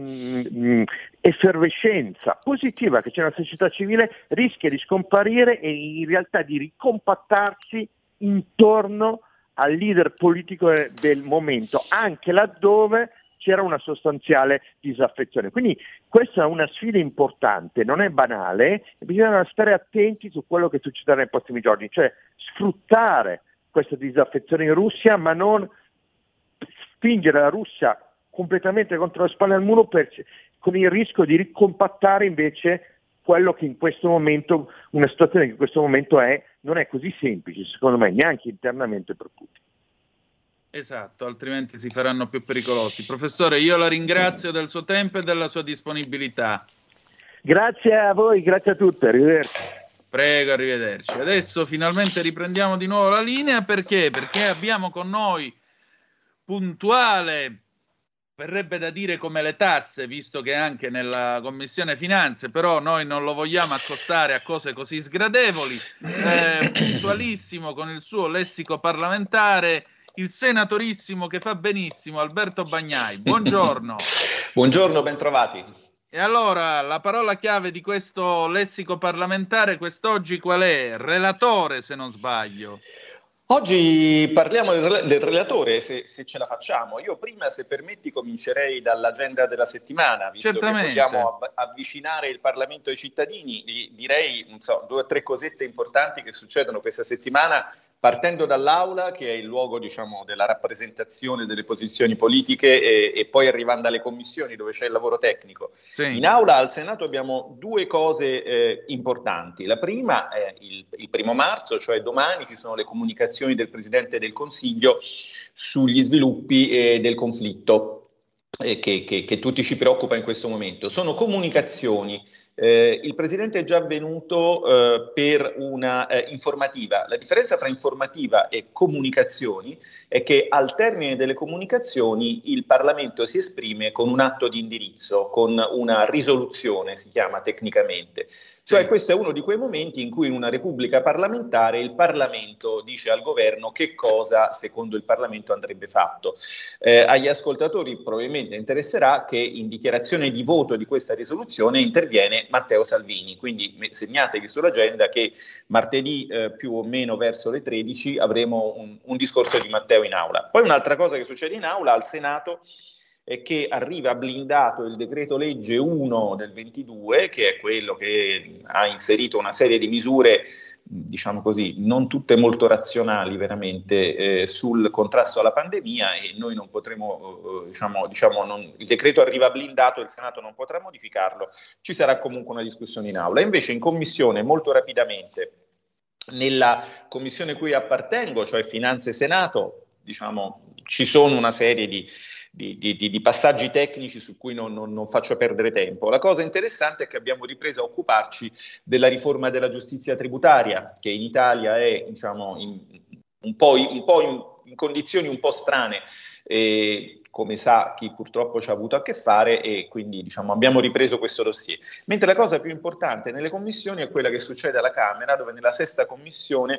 Speaker 6: mh, effervescenza positiva che c'è nella società civile rischia di scomparire e in realtà di ricompattarsi intorno al leader politico del momento, anche laddove c'era una sostanziale disaffezione. Quindi questa è una sfida importante, non è banale, e bisogna stare attenti su quello che succederà nei prossimi giorni, cioè sfruttare questa disaffezione in Russia, ma non spingere la Russia completamente contro le spalle al muro per, con il rischio di ricompattare invece quello che in questo momento, una situazione che in questo momento è, non è così semplice, secondo me, neanche internamente per Putin.
Speaker 3: Esatto, altrimenti si faranno più pericolosi. Professore, io la ringrazio del suo tempo e della sua disponibilità.
Speaker 6: Grazie a voi, grazie a tutti, arrivederci.
Speaker 3: Prego, arrivederci. Adesso finalmente riprendiamo di nuovo la linea, perché? Perché abbiamo con noi puntuale, verrebbe da dire come le tasse, visto che anche nella Commissione Finanze, però noi non lo vogliamo accostare a cose così sgradevoli, eh, puntualissimo con il suo lessico parlamentare, il senatorissimo che fa benissimo, Alberto Bagnai. Buongiorno.
Speaker 7: Buongiorno, bentrovati.
Speaker 3: E allora, la parola chiave di questo lessico parlamentare quest'oggi qual è? Relatore, se non sbaglio.
Speaker 7: Oggi parliamo del, del relatore, se, se ce la facciamo. Io prima, se permetti, comincerei dall'agenda della settimana, visto
Speaker 3: Certamente.
Speaker 7: che vogliamo av- avvicinare il Parlamento ai cittadini. Direi, non so, due o tre cosette importanti che succedono questa settimana, partendo dall'Aula, che è il luogo, diciamo, della rappresentazione delle posizioni politiche, e, e poi arrivando alle commissioni dove c'è il lavoro tecnico.
Speaker 3: Sì.
Speaker 7: In Aula al Senato abbiamo due cose eh, importanti. La prima è il, il primo marzo, cioè domani ci sono le comunicazioni del Presidente del Consiglio sugli sviluppi eh, del conflitto eh, che, che, che tutti ci preoccupa in questo momento. Sono comunicazioni. Eh, il Presidente è già venuto eh, per una eh, informativa. La differenza fra informativa e comunicazioni è che al termine delle comunicazioni il Parlamento si esprime con un atto di indirizzo, con una risoluzione, si chiama tecnicamente. Cioè questo è uno di quei momenti in cui in una repubblica parlamentare il Parlamento dice al governo che cosa secondo il Parlamento andrebbe fatto. Eh, agli ascoltatori probabilmente interesserà che in dichiarazione di voto di questa risoluzione interviene Matteo Salvini, quindi segnatevi sull'agenda che martedì eh, più o meno verso le tredici avremo un, un discorso di Matteo in aula. Poi un'altra cosa che succede in aula al Senato è che arriva blindato il decreto legge uno del ventidue, che è quello che ha inserito una serie di misure, diciamo così, non tutte molto razionali veramente, eh, sul contrasto alla pandemia, e noi non potremo, eh, diciamo, diciamo non, il decreto arriva blindato, il Senato non potrà modificarlo, ci sarà comunque una discussione in aula. Invece in commissione, molto rapidamente, nella commissione a cui appartengo, cioè Finanze e Senato, diciamo, ci sono una serie di Di, di, di passaggi tecnici su cui non, non, non faccio perdere tempo. La cosa interessante è che abbiamo ripreso a occuparci della riforma della giustizia tributaria, che in Italia è, diciamo, in, un po', un po' in, in condizioni un po' strane, e, come sa chi purtroppo ci ha avuto a che fare, e quindi, diciamo, abbiamo ripreso questo dossier. Mentre la cosa più importante nelle commissioni è quella che succede alla Camera, dove nella sesta commissione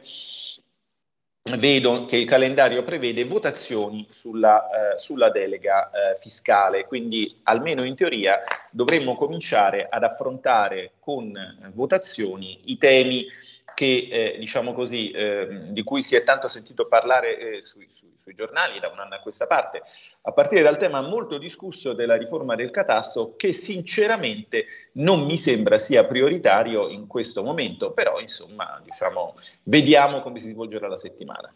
Speaker 7: vedo che il calendario prevede votazioni sulla, eh, sulla delega eh, fiscale, quindi almeno in teoria dovremmo cominciare ad affrontare con eh, votazioni i temi che, eh, diciamo così, eh, di cui si è tanto sentito parlare eh, sui, sui, sui giornali da un anno a questa parte, a partire dal tema molto discusso della riforma del catasto, che sinceramente non mi sembra sia prioritario in questo momento, però insomma, diciamo, vediamo come si svolgerà la settimana.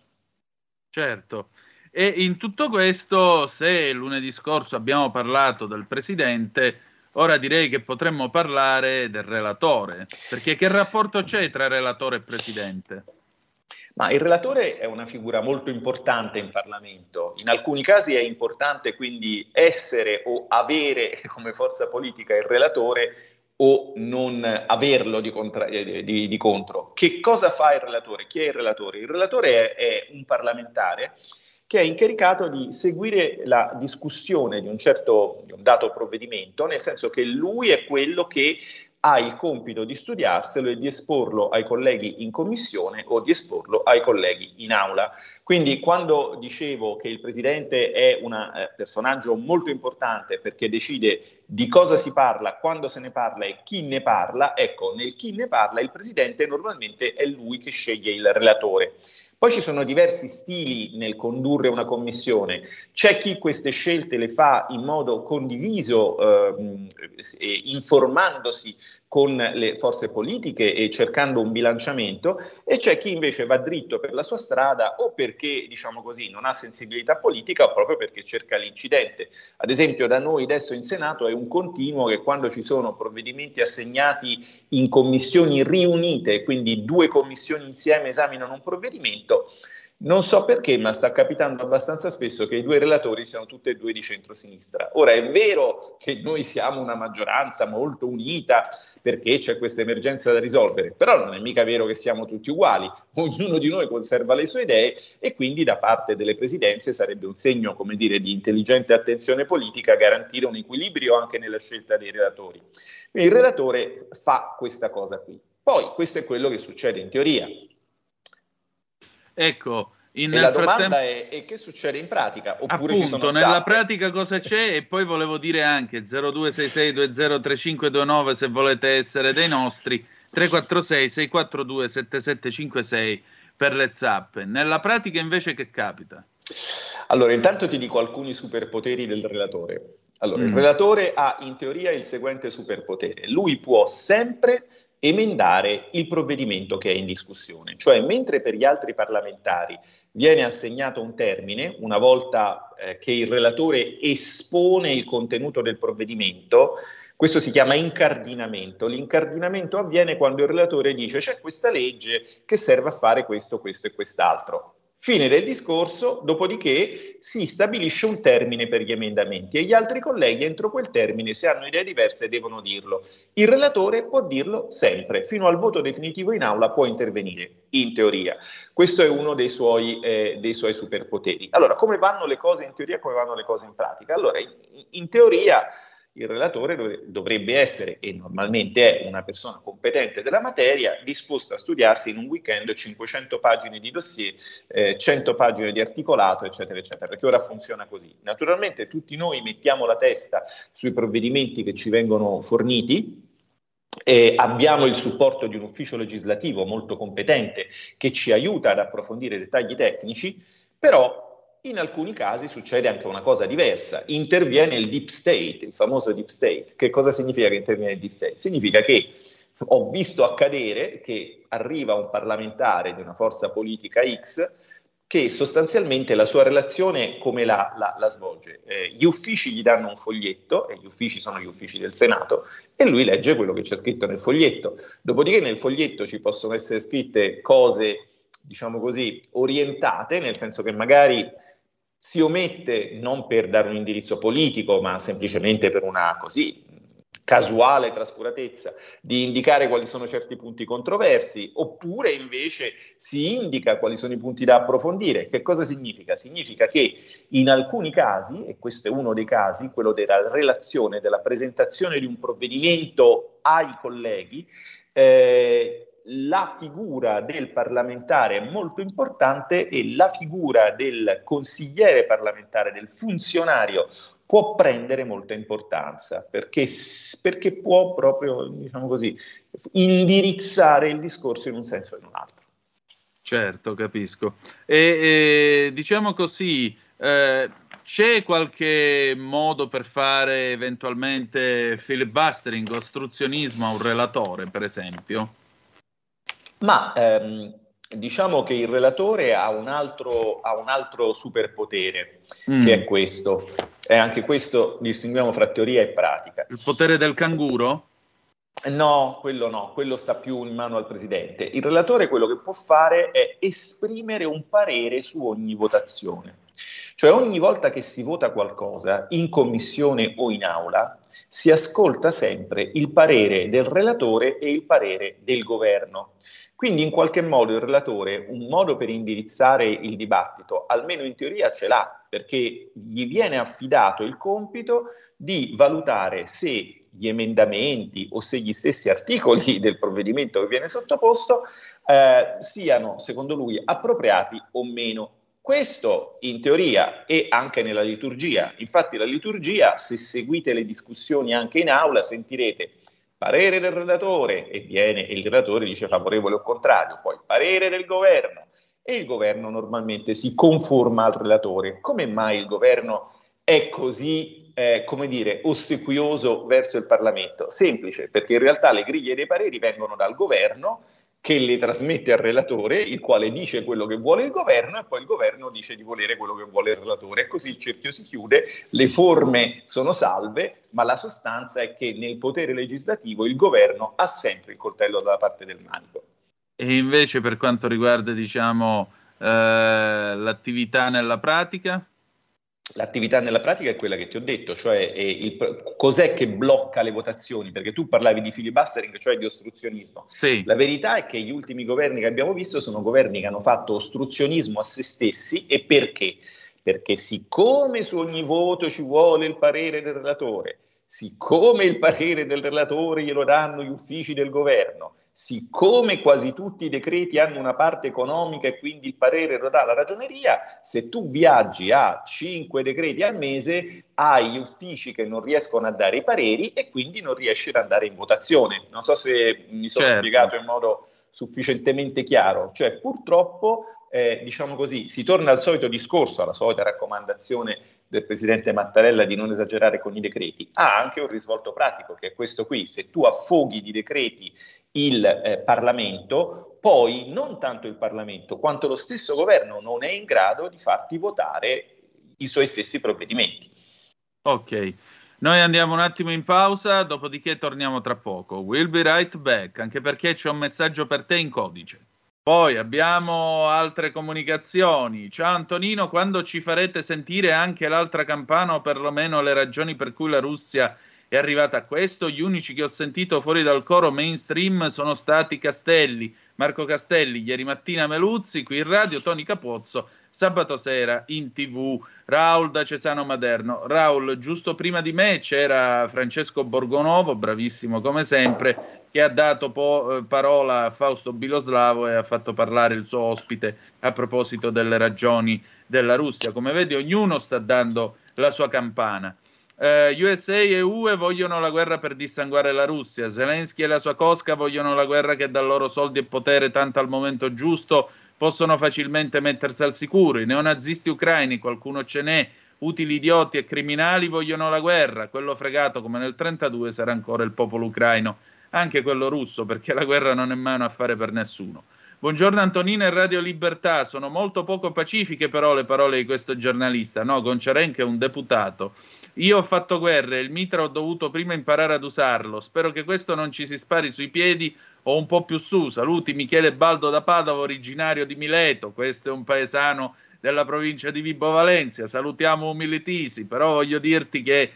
Speaker 3: Certo. E in tutto questo, se lunedì scorso abbiamo parlato del Presidente, ora direi che potremmo parlare del relatore, perché che rapporto c'è tra relatore e Presidente?
Speaker 7: Ma il relatore è una figura molto importante in Parlamento. In alcuni casi è importante quindi essere o avere come forza politica il relatore o non averlo di, contra- di, di contro. Che cosa fa il relatore? Chi è il relatore? Il relatore è, è un parlamentare che è incaricato di seguire la discussione di un certo di un dato provvedimento, nel senso che lui è quello che ha il compito di studiarselo e di esporlo ai colleghi in commissione o di esporlo ai colleghi in aula. Quindi quando dicevo che il Presidente è un eh, personaggio molto importante perché decide di cosa si parla, quando se ne parla e chi ne parla, ecco, nel chi ne parla il Presidente normalmente è lui che sceglie il relatore. Poi ci sono diversi stili nel condurre una commissione. C'è chi queste scelte le fa in modo condiviso, eh, informandosi con le forze politiche e cercando un bilanciamento, e c'è chi invece va dritto per la sua strada, o perché, diciamo così, non ha sensibilità politica, o proprio perché cerca l'incidente. Ad esempio da noi adesso in Senato è un continuo che quando ci sono provvedimenti assegnati in commissioni riunite, quindi due commissioni insieme esaminano un provvedimento, non so perché, ma sta capitando abbastanza spesso che i due relatori siano tutti e due di centrosinistra. Ora è vero che noi siamo una maggioranza molto unita perché c'è questa emergenza da risolvere, però non è mica vero che siamo tutti uguali, ognuno di noi conserva le sue idee, e quindi da parte delle presidenze sarebbe un segno, come dire, di intelligente attenzione politica garantire un equilibrio anche nella scelta dei relatori. Quindi il relatore fa questa cosa qui. Poi questo è quello che succede in teoria.
Speaker 3: Ecco, in
Speaker 7: e la
Speaker 3: frattempo...
Speaker 7: domanda è, è che succede in pratica? Oppure
Speaker 3: appunto,
Speaker 7: ci sono
Speaker 3: nella
Speaker 7: zappe?
Speaker 3: pratica cosa c'è? E poi volevo dire anche zero due sei sei due zero tre cinque due nove se volete essere dei nostri, tre quattro sei sei quattro due sette sette cinque sei per le zappe. Nella pratica invece che capita?
Speaker 7: Allora, intanto ti dico alcuni superpoteri del relatore. Allora,
Speaker 3: Mm.
Speaker 7: il relatore ha in teoria il seguente superpotere: lui può sempre emendare il provvedimento che è in discussione, cioè mentre per gli altri parlamentari viene assegnato un termine una volta eh, che il relatore espone il contenuto del provvedimento, questo si chiama incardinamento. L'incardinamento avviene quando il relatore dice: c'è questa legge che serve a fare questo, questo e quest'altro. Fine del discorso, dopodiché si stabilisce un termine per gli emendamenti e gli altri colleghi entro quel termine, se hanno idee diverse, devono dirlo. Il relatore può dirlo sempre, fino al voto definitivo in aula può intervenire, in teoria. Questo è uno dei suoi, eh, dei suoi superpoteri. Allora, come vanno le cose in teoria, come vanno le cose in pratica? Allora, in, in teoria il relatore dovrebbe essere, e normalmente è, una persona competente della materia, disposta a studiarsi in un weekend cinquecento pagine di dossier, eh, cento pagine di articolato, eccetera, eccetera, perché ora funziona così. Naturalmente tutti noi mettiamo la testa sui provvedimenti che ci vengono forniti, e abbiamo il supporto di un ufficio legislativo molto competente che ci aiuta ad approfondire i dettagli tecnici, però in alcuni casi succede anche una cosa diversa, interviene il deep state, il famoso deep state. Che cosa significa che interviene il deep state? Significa che ho visto accadere che arriva un parlamentare di una forza politica X che sostanzialmente la sua relazione come la, la, la svolge. Eh, gli uffici gli danno un foglietto, e gli uffici sono gli uffici del Senato, e lui legge quello che c'è scritto nel foglietto. Dopodiché nel foglietto ci possono essere scritte cose, diciamo così, orientate, nel senso che magari si omette non per dare un indirizzo politico, ma semplicemente per una così casuale trascuratezza di indicare quali sono certi punti controversi, oppure invece si indica quali sono i punti da approfondire. Che cosa significa? Significa che in alcuni casi, e questo è uno dei casi, quello della relazione, della presentazione di un provvedimento ai colleghi, eh, la figura del parlamentare è molto importante e la figura del consigliere parlamentare, del funzionario, può prendere molta importanza, perché, perché può proprio, diciamo così, indirizzare il discorso in un senso o in un altro.
Speaker 3: Certo, capisco. E, e diciamo così, eh, c'è qualche modo per fare eventualmente filibustering, ostruzionismo a un relatore, per esempio?
Speaker 7: Ma ehm, diciamo che il relatore ha un altro, ha un altro superpotere, mm. che è questo. E anche questo distinguiamo fra teoria e pratica.
Speaker 3: Il potere del canguro?
Speaker 7: No, quello no, quello sta più in mano al presidente. Il relatore quello che può fare è esprimere un parere su ogni votazione. Cioè ogni volta che si vota qualcosa, in commissione o in aula, si ascolta sempre il parere del relatore e il parere del governo. Quindi in qualche modo il relatore un modo per indirizzare il dibattito, almeno in teoria ce l'ha, perché gli viene affidato il compito di valutare se gli emendamenti o se gli stessi articoli del provvedimento che viene sottoposto eh, siano, secondo lui, appropriati o meno. Questo in teoria e anche nella liturgia. Infatti la liturgia, se seguite le discussioni anche in aula, sentirete parere del relatore e viene e il relatore dice favorevole o contrario, poi parere del governo e il governo normalmente si conforma al relatore. Come mai il governo è così, eh, come dire, ossequioso verso il Parlamento? Semplice, perché in realtà le griglie dei pareri vengono dal governo, che le trasmette al relatore, il quale dice quello che vuole il governo e poi il governo dice di volere quello che vuole il relatore, e così il cerchio si chiude, le forme sono salve, ma la sostanza è che nel potere legislativo il governo ha sempre il coltello dalla parte del manico.
Speaker 3: E invece per quanto riguarda, diciamo, eh, l'attività nella pratica?
Speaker 7: L'attività nella pratica è quella che ti ho detto, cioè è il, cos'è che blocca le votazioni, perché tu parlavi di filibustering, cioè di ostruzionismo.
Speaker 3: Sì.
Speaker 7: La verità è che gli ultimi governi che abbiamo visto sono governi che hanno fatto ostruzionismo a se stessi. E perché? Perché siccome su ogni voto ci vuole il parere del relatore, siccome il parere del relatore glielo danno gli uffici del governo, siccome quasi tutti i decreti hanno una parte economica e quindi il parere lo dà la ragioneria, se tu viaggi a cinque decreti al mese hai gli uffici che non riescono a dare i pareri e quindi non riesci ad andare in votazione. Non so se mi sono
Speaker 3: certo.
Speaker 7: spiegato in modo sufficientemente chiaro. Cioè purtroppo, eh, diciamo così, si torna al solito discorso, alla solita raccomandazione del presidente Mattarella di non esagerare con i decreti. Ha anche un risvolto pratico, che è questo qui: se tu affoghi di decreti il eh, Parlamento, poi non tanto il Parlamento quanto lo stesso governo non è in grado di farti votare i suoi stessi provvedimenti.
Speaker 3: Ok, noi andiamo un attimo in pausa, dopodiché torniamo tra poco. We'll be right back, anche perché c'è un messaggio per te in codice. Poi abbiamo altre comunicazioni. Ciao Antonino, quando ci farete sentire anche l'altra campana, o perlomeno le ragioni per cui la Russia è arrivata a questo? Gli unici che ho sentito fuori dal coro mainstream sono stati Castelli, Marco Castelli, ieri mattina Meluzzi, qui in radio Toni Capozzo sabato sera in tv. Raul da Cesano Maderno. Raul, giusto prima di me c'era Francesco Borgonovo, bravissimo come sempre, che ha dato po- parola a Fausto Biloslavo e ha fatto parlare il suo ospite a proposito delle ragioni della Russia. Come vedi, ognuno sta dando la sua campana. Uh, U S A e U E vogliono la guerra per dissanguare la Russia. Zelensky e la sua cosca vogliono la guerra che dà loro soldi e potere tanto al momento giusto possono facilmente mettersi al sicuro. I neonazisti ucraini, qualcuno ce n'è, utili idioti e criminali, vogliono la guerra. Quello fregato come nel trentadue sarà ancora il popolo ucraino, anche quello russo, perché la guerra non è mai un affare per nessuno. Buongiorno Antonino e Radio Libertà. Sono molto poco pacifiche però le parole di questo giornalista. No, Goncharenko è un deputato. Io ho fatto guerra e il mitra ho dovuto prima imparare ad usarlo. Spero che questo non ci si spari sui piedi o un po' più su. Saluti Michele Baldo da Padova, originario di Mileto. Questo è un paesano della provincia di Vibo Valentia. Salutiamo Umilitisi, però voglio dirti che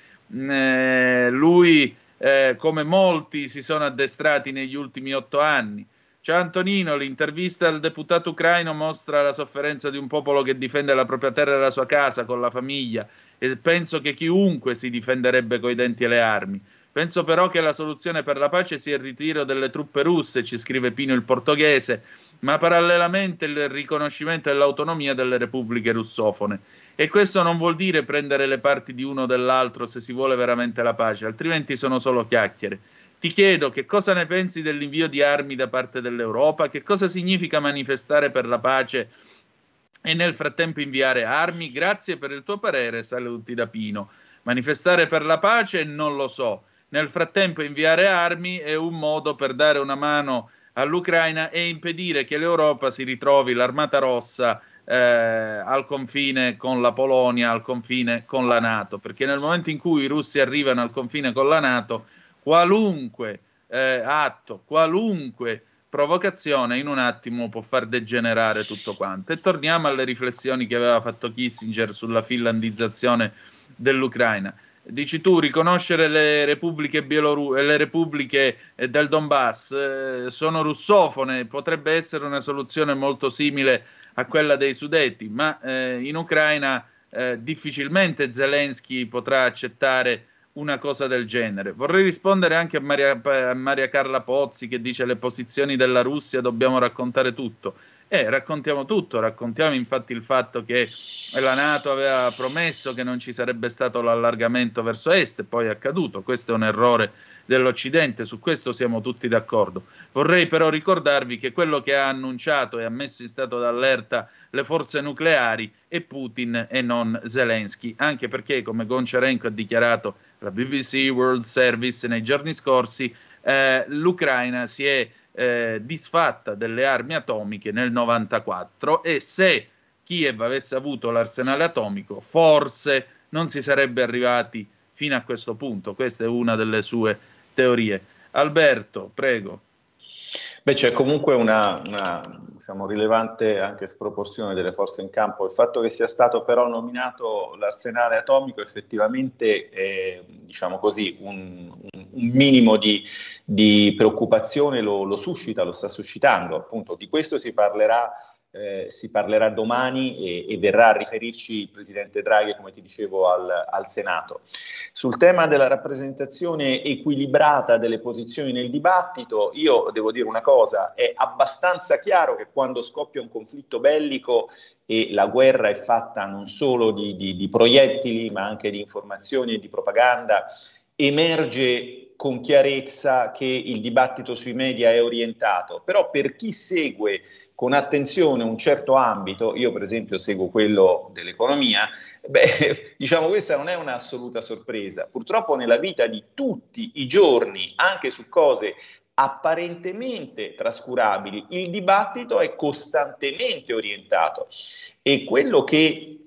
Speaker 3: eh, lui, eh, come molti, si sono addestrati negli ultimi otto anni. Ciao Antonino, l'intervista al deputato ucraino mostra la sofferenza di un popolo che difende la propria terra e la sua casa con la famiglia, e penso che chiunque si difenderebbe coi denti e le armi. Penso però che la soluzione per la pace sia il ritiro delle truppe russe, ci scrive Pino il portoghese, ma parallelamente il riconoscimento dell'autonomia delle repubbliche russofone. E questo non vuol dire prendere le parti di uno o dell'altro se si vuole veramente la pace, altrimenti sono solo chiacchiere. Ti chiedo che cosa ne pensi dell'invio di armi da parte dell'Europa, che cosa significa manifestare per la pace e nel frattempo inviare armi. Grazie per il tuo parere, saluti da Pino. Manifestare per la pace non lo so, nel frattempo inviare armi è un modo per dare una mano all'Ucraina e impedire che l'Europa si ritrovi l'Armata Rossa eh, al confine con la Polonia, al confine con la NATO, perché nel momento in cui i russi arrivano al confine con la NATO, qualunque eh, atto, qualunque provocazione in un attimo può far degenerare tutto quanto. E torniamo alle riflessioni che aveva fatto Kissinger sulla finlandizzazione dell'Ucraina. Dici tu, riconoscere le repubbliche bieloru- le repubbliche eh, del Donbass eh, sono russofone, potrebbe essere una soluzione molto simile a quella dei Sudeti, ma eh, in Ucraina eh, difficilmente Zelensky potrà accettare una cosa del genere. Vorrei rispondere anche a Maria, a Maria Carla Pozzi che dice le posizioni della Russia dobbiamo raccontare tutto. Eh, raccontiamo tutto, raccontiamo infatti il fatto che la NATO aveva promesso che non ci sarebbe stato l'allargamento verso est e poi è accaduto. Questo è un errore dell'Occidente, su questo siamo tutti d'accordo. Vorrei però ricordarvi che quello che ha annunciato e ha messo in stato d'allerta le forze nucleari è Putin e non Zelensky, anche perché, come Goncharenko ha dichiarato la B B C World Service nei giorni scorsi, eh, l'Ucraina si è eh, disfatta delle armi atomiche nel novantaquattro e se Kiev avesse avuto l'arsenale atomico forse non si sarebbe arrivati fino a questo punto. Questa è una delle sue teorie. Alberto, prego.
Speaker 7: Beh, c'è comunque una, una diciamo, rilevante anche sproporzione delle forze in campo. Il fatto che sia stato però nominato l'arsenale atomico effettivamente è, diciamo così, un, un, un minimo di, di preoccupazione lo, lo suscita, lo sta suscitando. Appunto, di questo si parlerà Eh, si parlerà domani e, e verrà a riferirci il Presidente Draghi, come ti dicevo, al, al Senato. Sul tema della rappresentazione equilibrata delle posizioni nel dibattito, io devo dire una cosa, è abbastanza chiaro che quando scoppia un conflitto bellico e la guerra è fatta non solo di, di, di proiettili, ma anche di informazioni e di propaganda, emerge con chiarezza che il dibattito sui media è orientato, però per chi segue con attenzione un certo ambito, io per esempio seguo quello dell'economia, beh, diciamo questa non è un'assoluta sorpresa. Purtroppo nella vita di tutti i giorni, anche su cose apparentemente trascurabili, il dibattito è costantemente orientato e quello che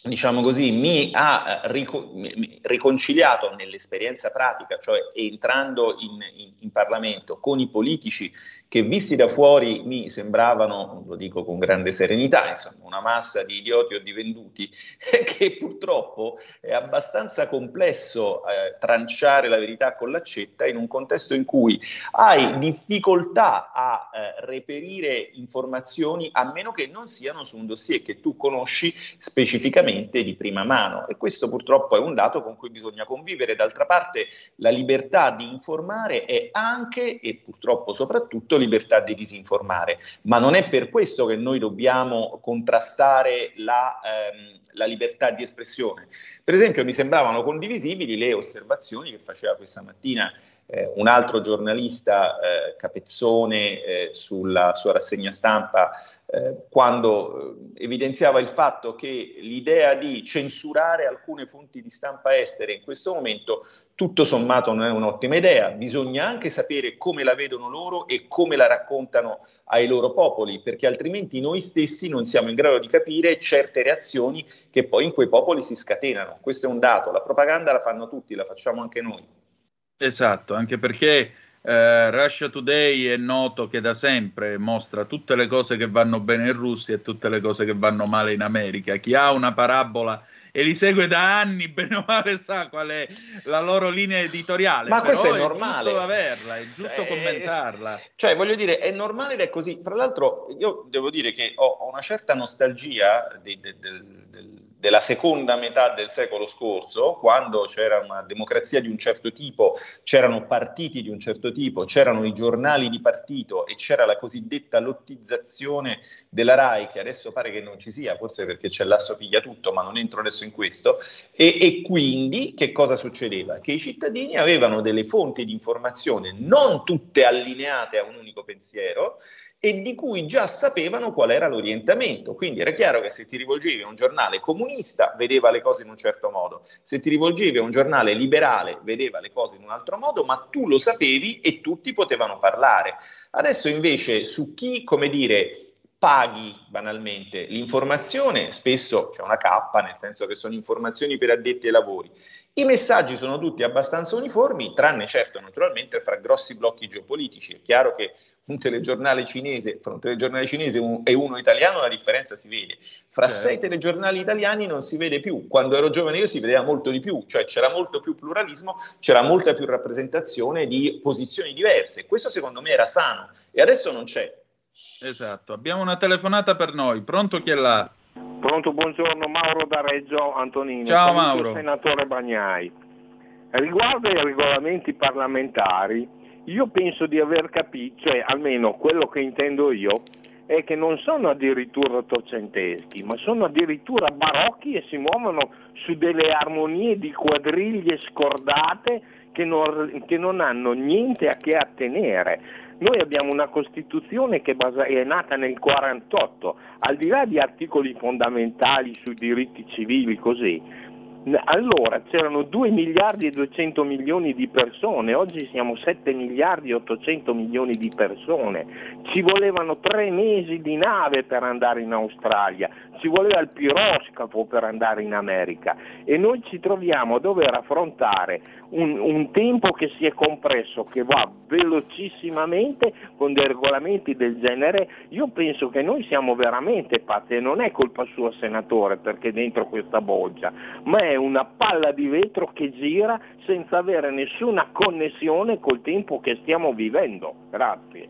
Speaker 7: diciamo così, mi ha rico- mi, riconciliato nell'esperienza pratica, cioè entrando in, in, in Parlamento con i politici che visti da fuori mi sembravano, lo dico con grande serenità, insomma, una massa di idioti o di venduti, che purtroppo è abbastanza complesso eh, tranciare la verità con l'accetta in un contesto in cui hai difficoltà a eh, reperire informazioni a meno che non siano su un dossier che tu conosci specificamente di prima mano, e questo purtroppo è un dato con cui bisogna convivere. D'altra parte la libertà di informare è anche e purtroppo soprattutto libertà di disinformare, ma non è per questo che noi dobbiamo contrastare la, ehm, la libertà di espressione. Per esempio mi sembravano condivisibili le osservazioni che faceva questa mattina Eh, un altro giornalista, eh, Capezzone, eh, sulla sua rassegna stampa, eh, quando eh, evidenziava il fatto che l'idea di censurare alcune fonti di stampa estere in questo momento tutto sommato non è un'ottima idea, bisogna anche sapere come la vedono loro e come la raccontano ai loro popoli, perché altrimenti noi stessi non siamo in grado di capire certe reazioni che poi in quei popoli si scatenano. Questo è un dato, la propaganda la fanno tutti, la facciamo anche noi.
Speaker 3: Esatto, anche perché eh, Russia Today è noto che da sempre mostra tutte le cose che vanno bene in Russia e tutte le cose che vanno male in America. Chi ha una parabola e li segue da anni, bene o male, sa qual è la loro linea editoriale.
Speaker 7: Ma
Speaker 3: però
Speaker 7: questo è normale.
Speaker 3: È giusto averla, è giusto cioè, commentarla.
Speaker 7: Cioè, voglio dire, è normale ed è così. Fra l'altro, io devo dire che ho, ho una certa nostalgia di, de, de, de, della seconda metà del secolo scorso, quando c'era una democrazia di un certo tipo, c'erano partiti di un certo tipo, c'erano i giornali di partito e c'era la cosiddetta lottizzazione della RAI, che adesso pare che non ci sia, forse perché c'è l'asso piglia tutto, ma non entro adesso in questo, e, e quindi che cosa succedeva? Che i cittadini avevano delle fonti di informazione non tutte allineate a un unico pensiero e di cui già sapevano qual era l'orientamento, quindi era chiaro che se ti rivolgevi a un giornale comunista vedeva le cose in un certo modo, se ti rivolgevi a un giornale liberale vedeva le cose in un altro modo, ma tu lo sapevi e tutti potevano parlare. Adesso invece su chi, come dire, paghi banalmente l'informazione, spesso c'è una cappa, nel senso che sono informazioni per addetti ai lavori. I messaggi sono tutti abbastanza uniformi, tranne certo naturalmente fra grossi blocchi geopolitici. È chiaro che un telegiornale cinese, fra un telegiornale cinese e uno italiano la differenza si vede. Fra certo. sei telegiornali italiani non si vede più. Quando ero giovane io si vedeva molto di più, cioè c'era molto più pluralismo, c'era molta più rappresentazione di posizioni diverse. Questo secondo me era sano e adesso non c'è.
Speaker 3: Esatto, abbiamo una telefonata per noi. Pronto, chi è là?
Speaker 8: Pronto, buongiorno, Mauro da Reggio, Antonino.
Speaker 3: Ciao Mauro.
Speaker 8: Senatore Bagnai. Riguardo ai regolamenti parlamentari, io penso di aver capito, cioè almeno quello che intendo io, è che non sono addirittura ottocenteschi, ma sono addirittura barocchi e si muovono su delle armonie di quadriglie scordate che non, che non hanno niente a che attenere. Noi abbiamo una Costituzione che è nata nel quarantotto, al di là di articoli fondamentali sui diritti civili, così. Allora c'erano due miliardi e duecento milioni di persone, oggi siamo sette miliardi e ottocento milioni di persone. Ci volevano tre mesi di nave per andare in Australia, ci voleva il piroscafo per andare in America e noi ci troviamo a dover affrontare un, un tempo che si è compresso, che va velocissimamente con dei regolamenti del genere. Io penso che noi siamo veramente pazzi e non è colpa sua, senatore, perché dentro questa bolgia, ma è una palla di vetro che gira senza avere nessuna connessione col tempo che stiamo vivendo. Grazie.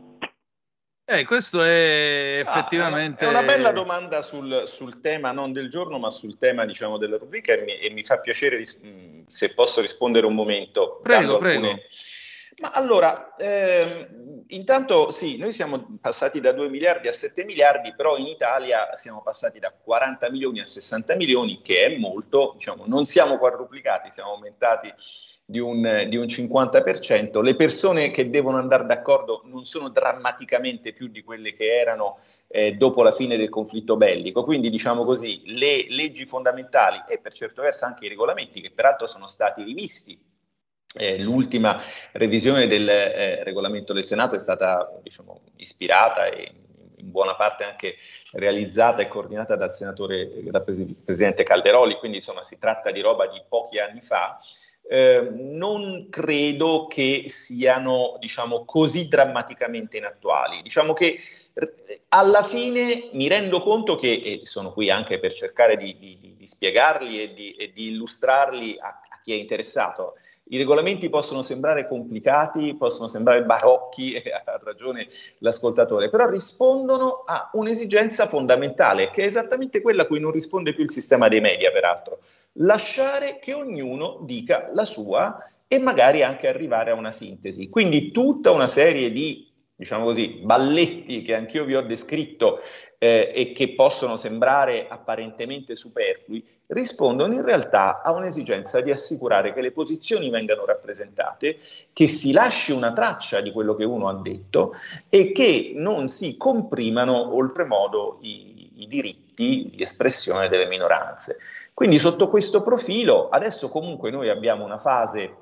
Speaker 3: Eh, questo è effettivamente...
Speaker 7: Ah, è, una, è una bella domanda sul, sul tema, non del giorno, ma sul tema, diciamo, della rubrica e mi, e mi fa piacere ris- se posso rispondere un momento.
Speaker 3: Prego, prego.
Speaker 7: Alcune... Ma allora, ehm, intanto sì, noi siamo passati da due miliardi a sette miliardi, però in Italia siamo passati da quaranta milioni a sessanta milioni, che è molto, diciamo, non siamo quadruplicati, siamo aumentati di un, di un cinquanta per cento. Le persone che devono andare d'accordo non sono drammaticamente più di quelle che erano eh, dopo la fine del conflitto bellico, quindi diciamo così, le leggi fondamentali e per certo verso anche i regolamenti, che peraltro sono stati rivisti. Eh, l'ultima revisione del eh, regolamento del Senato è stata, diciamo, ispirata e in buona parte anche realizzata e coordinata dal senatore, dal presidente Calderoli, quindi insomma si tratta di roba di pochi anni fa. Eh, non credo che siano, diciamo, così drammaticamente inattuali. Diciamo che eh, alla fine mi rendo conto che, e sono qui anche per cercare di, di, di spiegarli e di, e di illustrarli a, a chi è interessato, i regolamenti possono sembrare complicati, possono sembrare barocchi, e ha ragione l'ascoltatore, però rispondono a un'esigenza fondamentale, che è esattamente quella a cui non risponde più il sistema dei media, peraltro. Lasciare che ognuno dica la sua e magari anche arrivare a una sintesi. Quindi tutta una serie di, diciamo così, balletti che anch'io vi ho descritto eh, e che possono sembrare apparentemente superflui, rispondono in realtà a un'esigenza di assicurare che le posizioni vengano rappresentate, che si lasci una traccia di quello che uno ha detto e che non si comprimano oltremodo i, i diritti di espressione delle minoranze. Quindi sotto questo profilo adesso comunque noi abbiamo una fase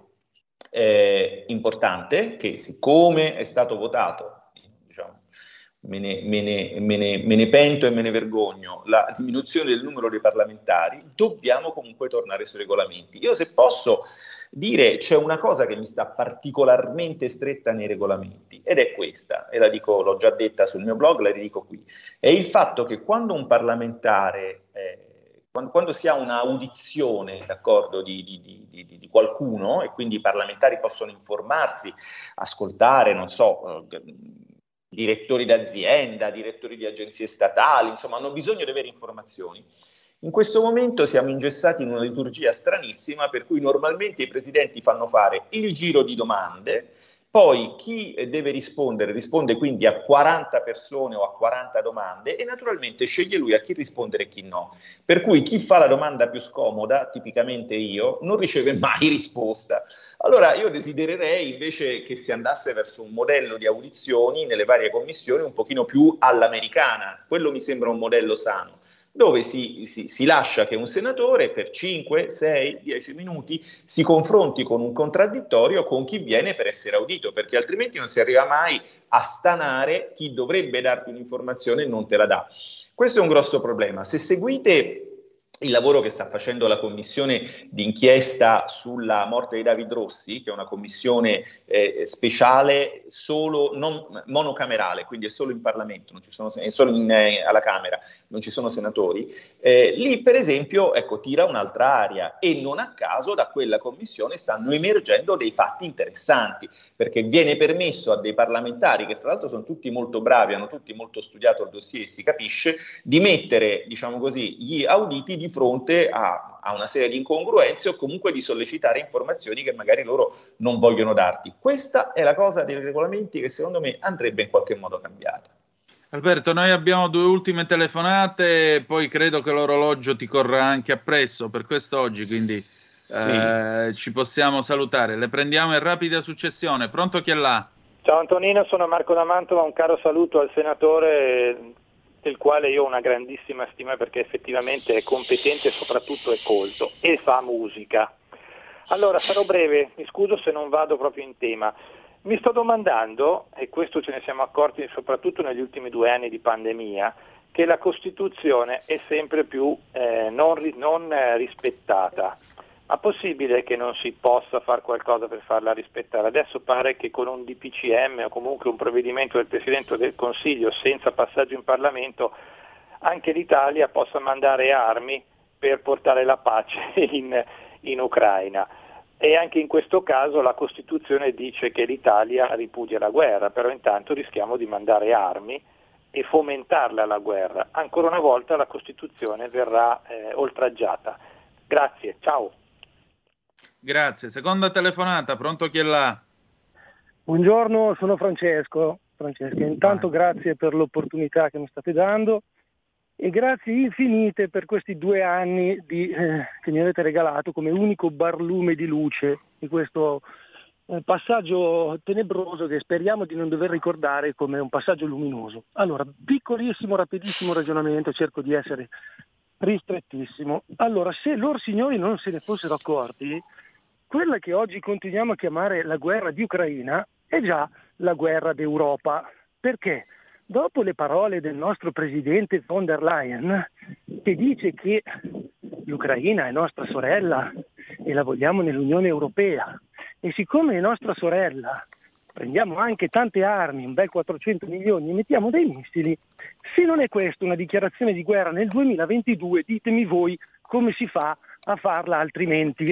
Speaker 7: eh, importante che, siccome è stato votato, diciamo, Me ne, me, ne, me, ne, me ne pento e me ne vergogno, la diminuzione del numero dei parlamentari, dobbiamo comunque tornare sui regolamenti. Io, se posso dire, c'è una cosa che mi sta particolarmente stretta nei regolamenti, ed è questa, e la dico, l'ho già detta sul mio blog, la ridico qui, è il fatto che quando un parlamentare, eh, quando, quando si ha un'audizione, d'accordo, di, di, di, di, di qualcuno, e quindi i parlamentari possono informarsi, ascoltare, non so, eh, direttori d'azienda, direttori di agenzie statali, insomma hanno bisogno di avere informazioni. In questo momento siamo ingessati in una liturgia stranissima per cui normalmente i presidenti fanno fare il giro di domande, poi chi deve rispondere risponde quindi a quaranta persone o a quaranta domande e naturalmente sceglie lui a chi rispondere e chi no. Per cui chi fa la domanda più scomoda, tipicamente io, non riceve mai risposta. Allora io desidererei invece che si andasse verso un modello di audizioni nelle varie commissioni un pochino più all'americana. Quello mi sembra un modello sano, dove si, si, si lascia che un senatore per cinque, sei, dieci minuti si confronti con un contraddittorio con chi viene per essere audito, perché altrimenti non si arriva mai a stanare chi dovrebbe darti un'informazione e non te la dà. Questo è un grosso problema. Se seguite il lavoro che sta facendo la commissione d'inchiesta sulla morte di David Rossi, che è una commissione eh, speciale, solo non monocamerale, quindi è solo in Parlamento, non ci sono, è solo in, eh, alla Camera, non ci sono senatori, eh, lì per esempio ecco, tira un'altra aria e non a caso da quella commissione stanno emergendo dei fatti interessanti, perché viene permesso a dei parlamentari, che fra l'altro sono tutti molto bravi, hanno tutti molto studiato il dossier, si capisce, di mettere, diciamo così, gli auditi di fronte a, a una serie di incongruenze o comunque di sollecitare informazioni che magari loro non vogliono darti. Questa è la cosa dei regolamenti che secondo me andrebbe in qualche modo cambiata.
Speaker 3: Alberto, noi abbiamo due ultime telefonate, poi credo che l'orologio ti corra anche appresso per quest'oggi, quindi sì. eh, ci possiamo salutare. Le prendiamo in rapida successione. Pronto, chi è là?
Speaker 9: Ciao Antonino, sono Marco da Mantova, un caro saluto al senatore, del quale io ho una grandissima stima perché effettivamente è competente e soprattutto è colto e fa musica. Allora sarò breve, mi scuso se non vado proprio in tema. Mi sto domandando, e questo ce ne siamo accorti soprattutto negli ultimi due anni di pandemia, che la Costituzione è sempre più eh, non, non eh, rispettata. Ma possibile che non si possa fare qualcosa per farla rispettare? Adesso pare che con un D P C M o comunque un provvedimento del Presidente del Consiglio senza passaggio in Parlamento anche l'Italia possa mandare armi per portare la pace in, in Ucraina. E anche in questo caso la Costituzione dice che l'Italia ripudia la guerra, però intanto rischiamo di mandare armi e fomentarla la guerra. Ancora una volta la Costituzione verrà eh, oltraggiata. Grazie, ciao.
Speaker 3: Grazie. Seconda telefonata, pronto, chi è là?
Speaker 10: Buongiorno, sono Francesco. Francesco, intanto grazie per l'opportunità che mi state dando e grazie infinite per questi due anni di, eh, che mi avete regalato come unico barlume di luce di questo eh, passaggio tenebroso che speriamo di non dover ricordare come un passaggio luminoso. Allora, piccolissimo, rapidissimo ragionamento, cerco di essere ristrettissimo. Allora, se loro signori non se ne fossero accorti, quella che oggi continuiamo a chiamare la guerra di Ucraina è già la guerra d'Europa. Perché? dopo le parole del nostro presidente von der Leyen, che dice che l'Ucraina è nostra sorella e la vogliamo nell'Unione Europea, e siccome è nostra sorella prendiamo anche tante armi, un bel quattrocento milioni, e mettiamo dei missili, se non è questa una dichiarazione di guerra nel duemilaventidue, ditemi voi come si fa a farla altrimenti.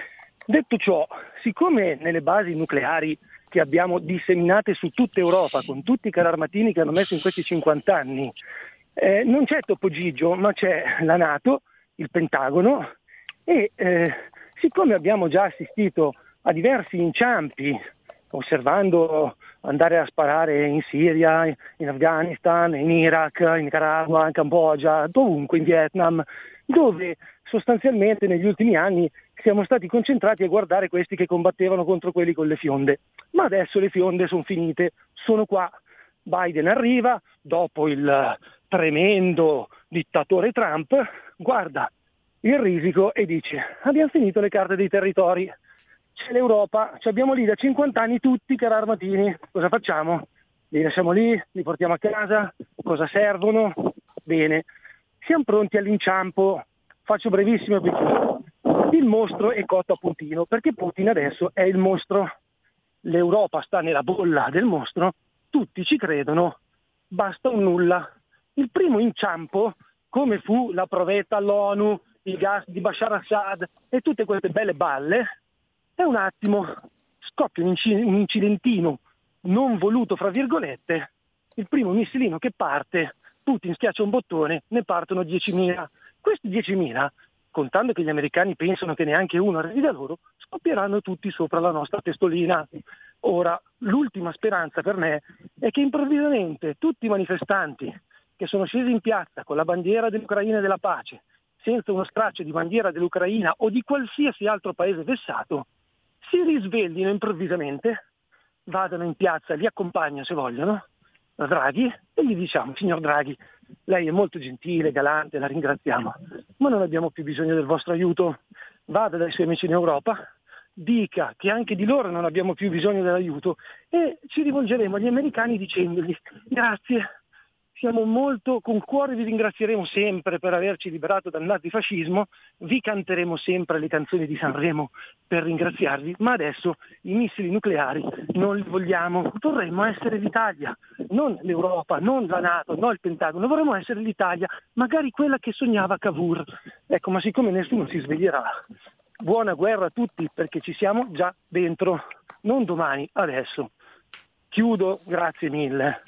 Speaker 10: Detto ciò, siccome nelle basi nucleari che abbiamo disseminate su tutta Europa, con tutti i carri armatini che hanno messo in questi cinquanta anni, eh, non c'è Topo Gigio, ma c'è la NATO, il Pentagono, e eh, siccome abbiamo già assistito a diversi inciampi, osservando andare a sparare in Siria, in Afghanistan, in Iraq, in Nicaragua, in Cambogia, dovunque, in Vietnam, dove sostanzialmente negli ultimi anni siamo stati concentrati a guardare questi che combattevano contro quelli con le fionde. Ma adesso le fionde sono finite, sono qua. Biden arriva, dopo il tremendo dittatore Trump, guarda il risico e dice: abbiamo finito le carte dei territori. C'è l'Europa, ci abbiamo lì da cinquanta anni tutti i carri armatini, cosa facciamo? Li lasciamo lì, li portiamo a casa, cosa servono? Bene, siamo pronti all'inciampo. Faccio brevissimo perché il mostro è cotto a puntino, perché Putin adesso è il mostro. L'Europa sta nella bolla del mostro, tutti ci credono, basta un nulla. Il primo inciampo, come fu la provetta all'ONU, il gas di Bashar Assad e tutte queste belle balle, è un attimo, scoppia un, inc- un incidentino non voluto fra virgolette, il primo missilino che parte, Putin schiaccia un bottone, ne partono diecimila. Questi diecimila, contando che gli americani pensano che neanche uno arrivi da loro, scoppieranno tutti sopra la nostra testolina. Ora, l'ultima speranza per me è che improvvisamente tutti i manifestanti che sono scesi in piazza con la bandiera dell'Ucraina e della pace, senza uno straccio di bandiera dell'Ucraina o di qualsiasi altro paese vessato, si risveglino improvvisamente, vadano in piazza, li accompagnano se vogliono, da Draghi, e gli diciamo: signor Draghi, lei è molto gentile, galante, la ringraziamo, ma non abbiamo più bisogno del vostro aiuto. Vada dai suoi amici in Europa, dica che anche di loro non abbiamo più bisogno dell'aiuto, e ci rivolgeremo agli americani dicendogli: grazie, siamo molto, con cuore vi ringrazieremo sempre per averci liberato dal nazifascismo, vi canteremo sempre le canzoni di Sanremo per ringraziarvi, ma adesso i missili nucleari non li vogliamo, vorremmo essere l'Italia, non l'Europa, non la NATO, non il Pentagono, vorremmo essere l'Italia, magari quella che sognava Cavour. Ecco, ma siccome nessuno si sveglierà, buona guerra a tutti, perché ci siamo già dentro, non domani, adesso. Chiudo, grazie mille.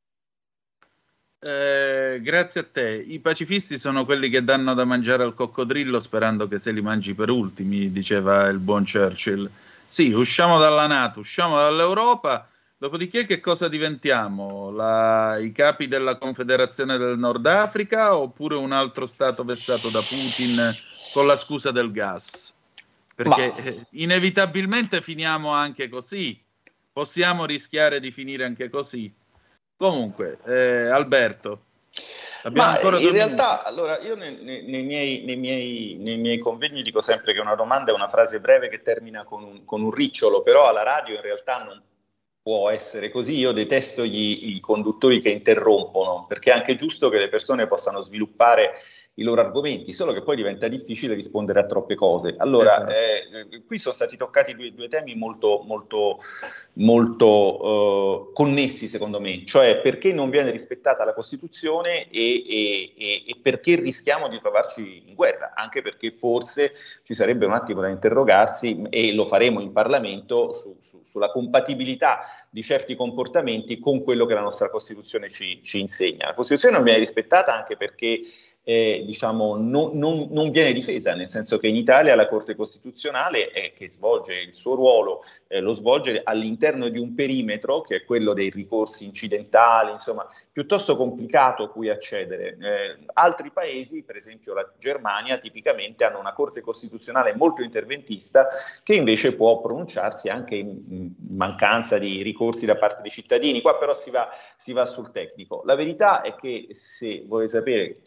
Speaker 3: Eh, grazie a te. I pacifisti sono quelli che danno da mangiare al coccodrillo sperando che se li mangi per ultimi, diceva il buon Churchill. Sì, usciamo dalla NATO, usciamo dall'Europa, dopodiché che cosa diventiamo? La, i capi della Confederazione del Nord Africa oppure un altro stato vessato da Putin con la scusa del gas? Perché Ma... inevitabilmente finiamo anche così, possiamo rischiare di finire anche così. Comunque, eh, Alberto, abbiamo
Speaker 7: Ma
Speaker 3: ancora
Speaker 7: in realtà, minuti. Allora, io nei, nei, miei, nei, miei, nei miei convegni dico sempre che una domanda è una frase breve che termina con un, con un ricciolo, però alla radio in realtà non può essere così. Io detesto gli, i conduttori che interrompono, perché è anche giusto che le persone possano sviluppare i loro argomenti, solo che poi diventa difficile rispondere a troppe cose. Allora, esatto. eh, qui sono stati toccati due, due temi molto, molto, molto eh, connessi, secondo me, cioè perché non viene rispettata la Costituzione e, e, e, e perché rischiamo di trovarci in guerra, anche perché forse ci sarebbe un attimo da interrogarsi, e lo faremo in Parlamento, su, su, sulla compatibilità di certi comportamenti con quello che la nostra Costituzione ci, ci insegna. La Costituzione non viene rispettata anche perché Eh, diciamo, non, non, non viene difesa, nel senso che in Italia la Corte Costituzionale, eh, che svolge il suo ruolo, eh, lo svolge all'interno di un perimetro che è quello dei ricorsi incidentali, insomma, piuttosto complicato a cui accedere. Eh, altri paesi, per esempio la Germania, tipicamente hanno una Corte Costituzionale molto interventista che invece può pronunciarsi anche in, in mancanza di ricorsi da parte dei cittadini. Qua però si va, si va sul tecnico. La verità è che, se volete sapere, diciamo, la mia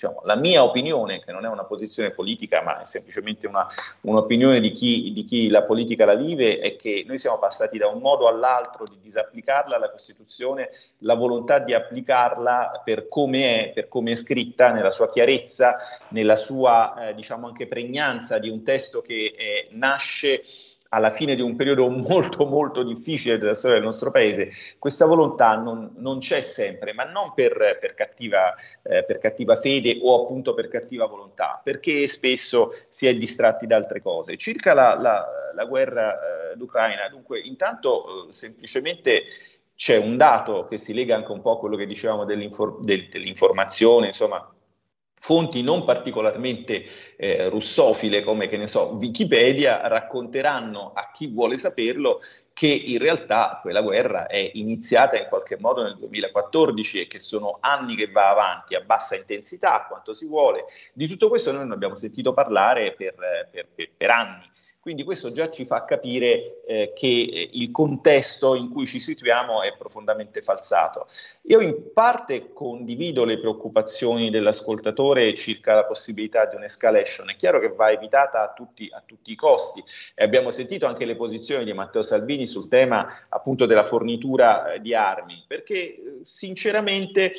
Speaker 7: mia opinione, che non è una posizione politica, ma è semplicemente una, un'opinione di chi, di chi la politica la vive, è che noi siamo passati da un modo all'altro di disapplicarla la Costituzione, la volontà di applicarla per come è, per come è scritta, nella sua chiarezza, nella sua eh, diciamo anche pregnanza di un testo che eh, nasce alla fine di un periodo molto molto difficile della storia del nostro paese. Questa volontà non, non c'è sempre, ma non per, per, cattiva, eh, per cattiva fede o appunto per cattiva volontà, perché spesso si è distratti da altre cose. Circa la, la, la guerra eh, d'Ucraina, dunque intanto eh, semplicemente c'è un dato che si lega anche un po' a quello che dicevamo dell'infor- del, dell'informazione, insomma, fonti non particolarmente eh, russofile come, che ne so, Wikipedia, racconteranno a chi vuole saperlo che in realtà quella guerra è iniziata in qualche modo nel duemilaquattordici e che sono anni che va avanti a bassa intensità, quanto si vuole. Di tutto questo noi non abbiamo sentito parlare per, per, per, per anni. Quindi questo già ci fa capire eh, che il contesto in cui ci situiamo è profondamente falsato. Io in parte condivido le preoccupazioni dell'ascoltatore circa la possibilità di un'escalation. È chiaro che va evitata a tutti, a tutti i costi. E abbiamo sentito anche le posizioni di Matteo Salvini sul tema appunto della fornitura eh, di armi, perché eh, sinceramente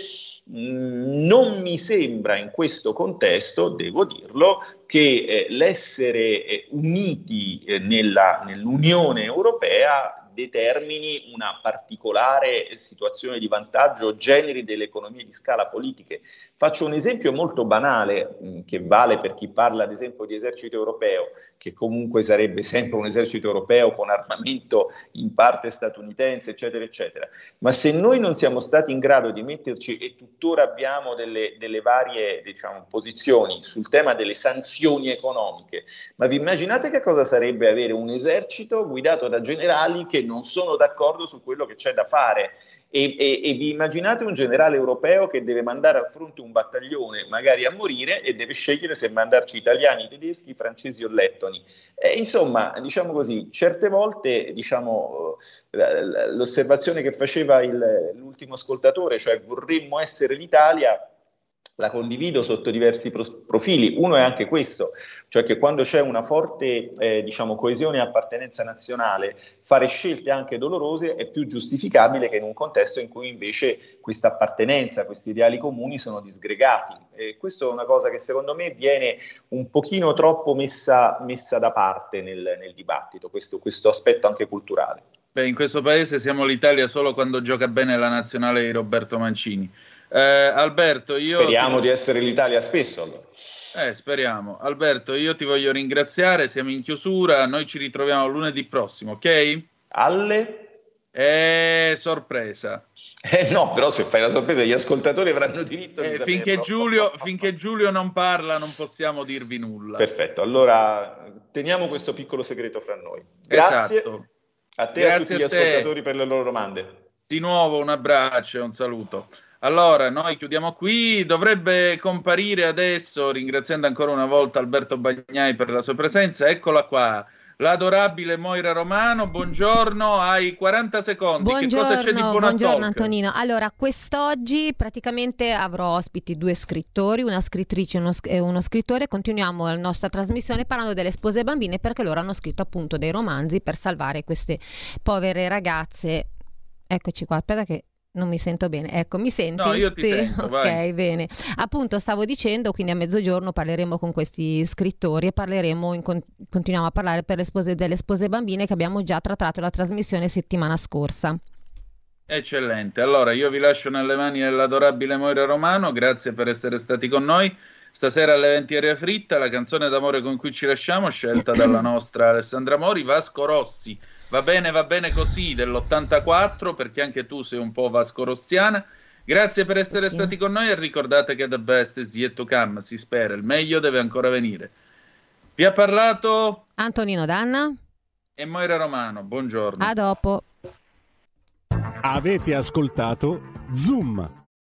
Speaker 7: mh, non mi sembra in questo contesto, devo dirlo, che eh, l'essere eh, uniti eh, nella, nell'Unione Europea determini una particolare situazione di vantaggio o generi delle economie di scala politiche. Faccio un esempio molto banale mh, che vale per chi parla ad esempio di esercito europeo, che comunque sarebbe sempre un esercito europeo con armamento in parte statunitense, eccetera, eccetera. Ma se noi non siamo stati in grado di metterci, e tuttora abbiamo delle, delle varie diciamo, posizioni sul tema delle sanzioni economiche, ma vi immaginate che cosa sarebbe avere un esercito guidato da generali che non sono d'accordo su quello che c'è da fare? E, e, e vi immaginate un generale europeo che deve mandare al fronte un battaglione magari a morire e deve scegliere se mandarci italiani, tedeschi, francesi o lettoni? E, insomma, diciamo così, certe volte diciamo, l'osservazione che faceva il, l'ultimo ascoltatore, cioè vorremmo essere l'Italia, la condivido sotto diversi profili. Uno è anche questo, cioè che quando c'è una forte eh, diciamo, coesione e appartenenza nazionale, fare scelte anche dolorose è più giustificabile che in un contesto in cui invece questa appartenenza, questi ideali comuni sono disgregati. E questo è una cosa che secondo me viene un pochino troppo messa, messa da parte nel, nel dibattito, questo, questo aspetto anche culturale.
Speaker 3: Beh, in questo paese siamo l'Italia solo quando gioca bene la nazionale di Roberto Mancini. Eh, Alberto, io
Speaker 7: speriamo
Speaker 3: ti...
Speaker 7: di essere l'Italia spesso allora.
Speaker 3: Eh, speriamo. Alberto, io ti voglio ringraziare, siamo in chiusura, noi ci ritroviamo lunedì prossimo, ok?
Speaker 7: Alle?
Speaker 3: Eh, sorpresa.
Speaker 7: Eh no, però se fai la sorpresa gli ascoltatori avranno diritto
Speaker 3: eh,
Speaker 7: di
Speaker 3: finché
Speaker 7: saperlo.
Speaker 3: Giulio, finché Giulio non parla non possiamo dirvi nulla.
Speaker 7: Perfetto, allora teniamo questo piccolo segreto fra noi. Grazie
Speaker 3: esatto.
Speaker 7: a te
Speaker 3: Grazie
Speaker 7: e a tutti gli
Speaker 3: a
Speaker 7: ascoltatori per le loro domande.
Speaker 3: Di nuovo un abbraccio e un saluto. Allora, noi chiudiamo qui, dovrebbe comparire adesso, ringraziando ancora una volta Alberto Bagnai per la sua presenza, eccola qua, l'adorabile Moira Romano, buongiorno, hai quaranta secondi,
Speaker 11: buongiorno,
Speaker 3: che cosa c'è di buono
Speaker 11: buongiorno
Speaker 3: a talk?
Speaker 11: Antonino, allora quest'oggi praticamente avrò ospiti due scrittori, una scrittrice e uno, e uno scrittore, continuiamo la nostra trasmissione parlando delle spose bambine perché loro hanno scritto appunto dei romanzi per salvare queste povere ragazze, eccoci qua, aspetta che non mi sento bene, ecco, mi senti?
Speaker 3: No, io ti
Speaker 11: sì?
Speaker 3: sento,
Speaker 11: ok,
Speaker 3: vai.
Speaker 11: Bene. Appunto stavo dicendo, quindi a mezzogiorno parleremo con questi scrittori e parleremo, in con- continuiamo a parlare per le spose, delle spose bambine che abbiamo già trattato la trasmissione settimana scorsa.
Speaker 3: Eccellente, allora io vi lascio nelle mani dell'adorabile Moira Romano, grazie per essere stati con noi. Stasera alle venti Aria Fritta, la canzone d'amore con cui ci lasciamo, scelta dalla nostra Alessandra Mori, Vasco Rossi. Va bene, va bene così, dell'ottantaquattro, perché anche tu sei un po' vasco-rossiana. Grazie per essere sì. stati con noi e ricordate che the best is yet to come, si spera, il meglio deve ancora venire. Vi ha parlato
Speaker 11: Antonino Danna
Speaker 3: e Moira Romano, buongiorno.
Speaker 11: A dopo.
Speaker 1: Avete ascoltato Zoom,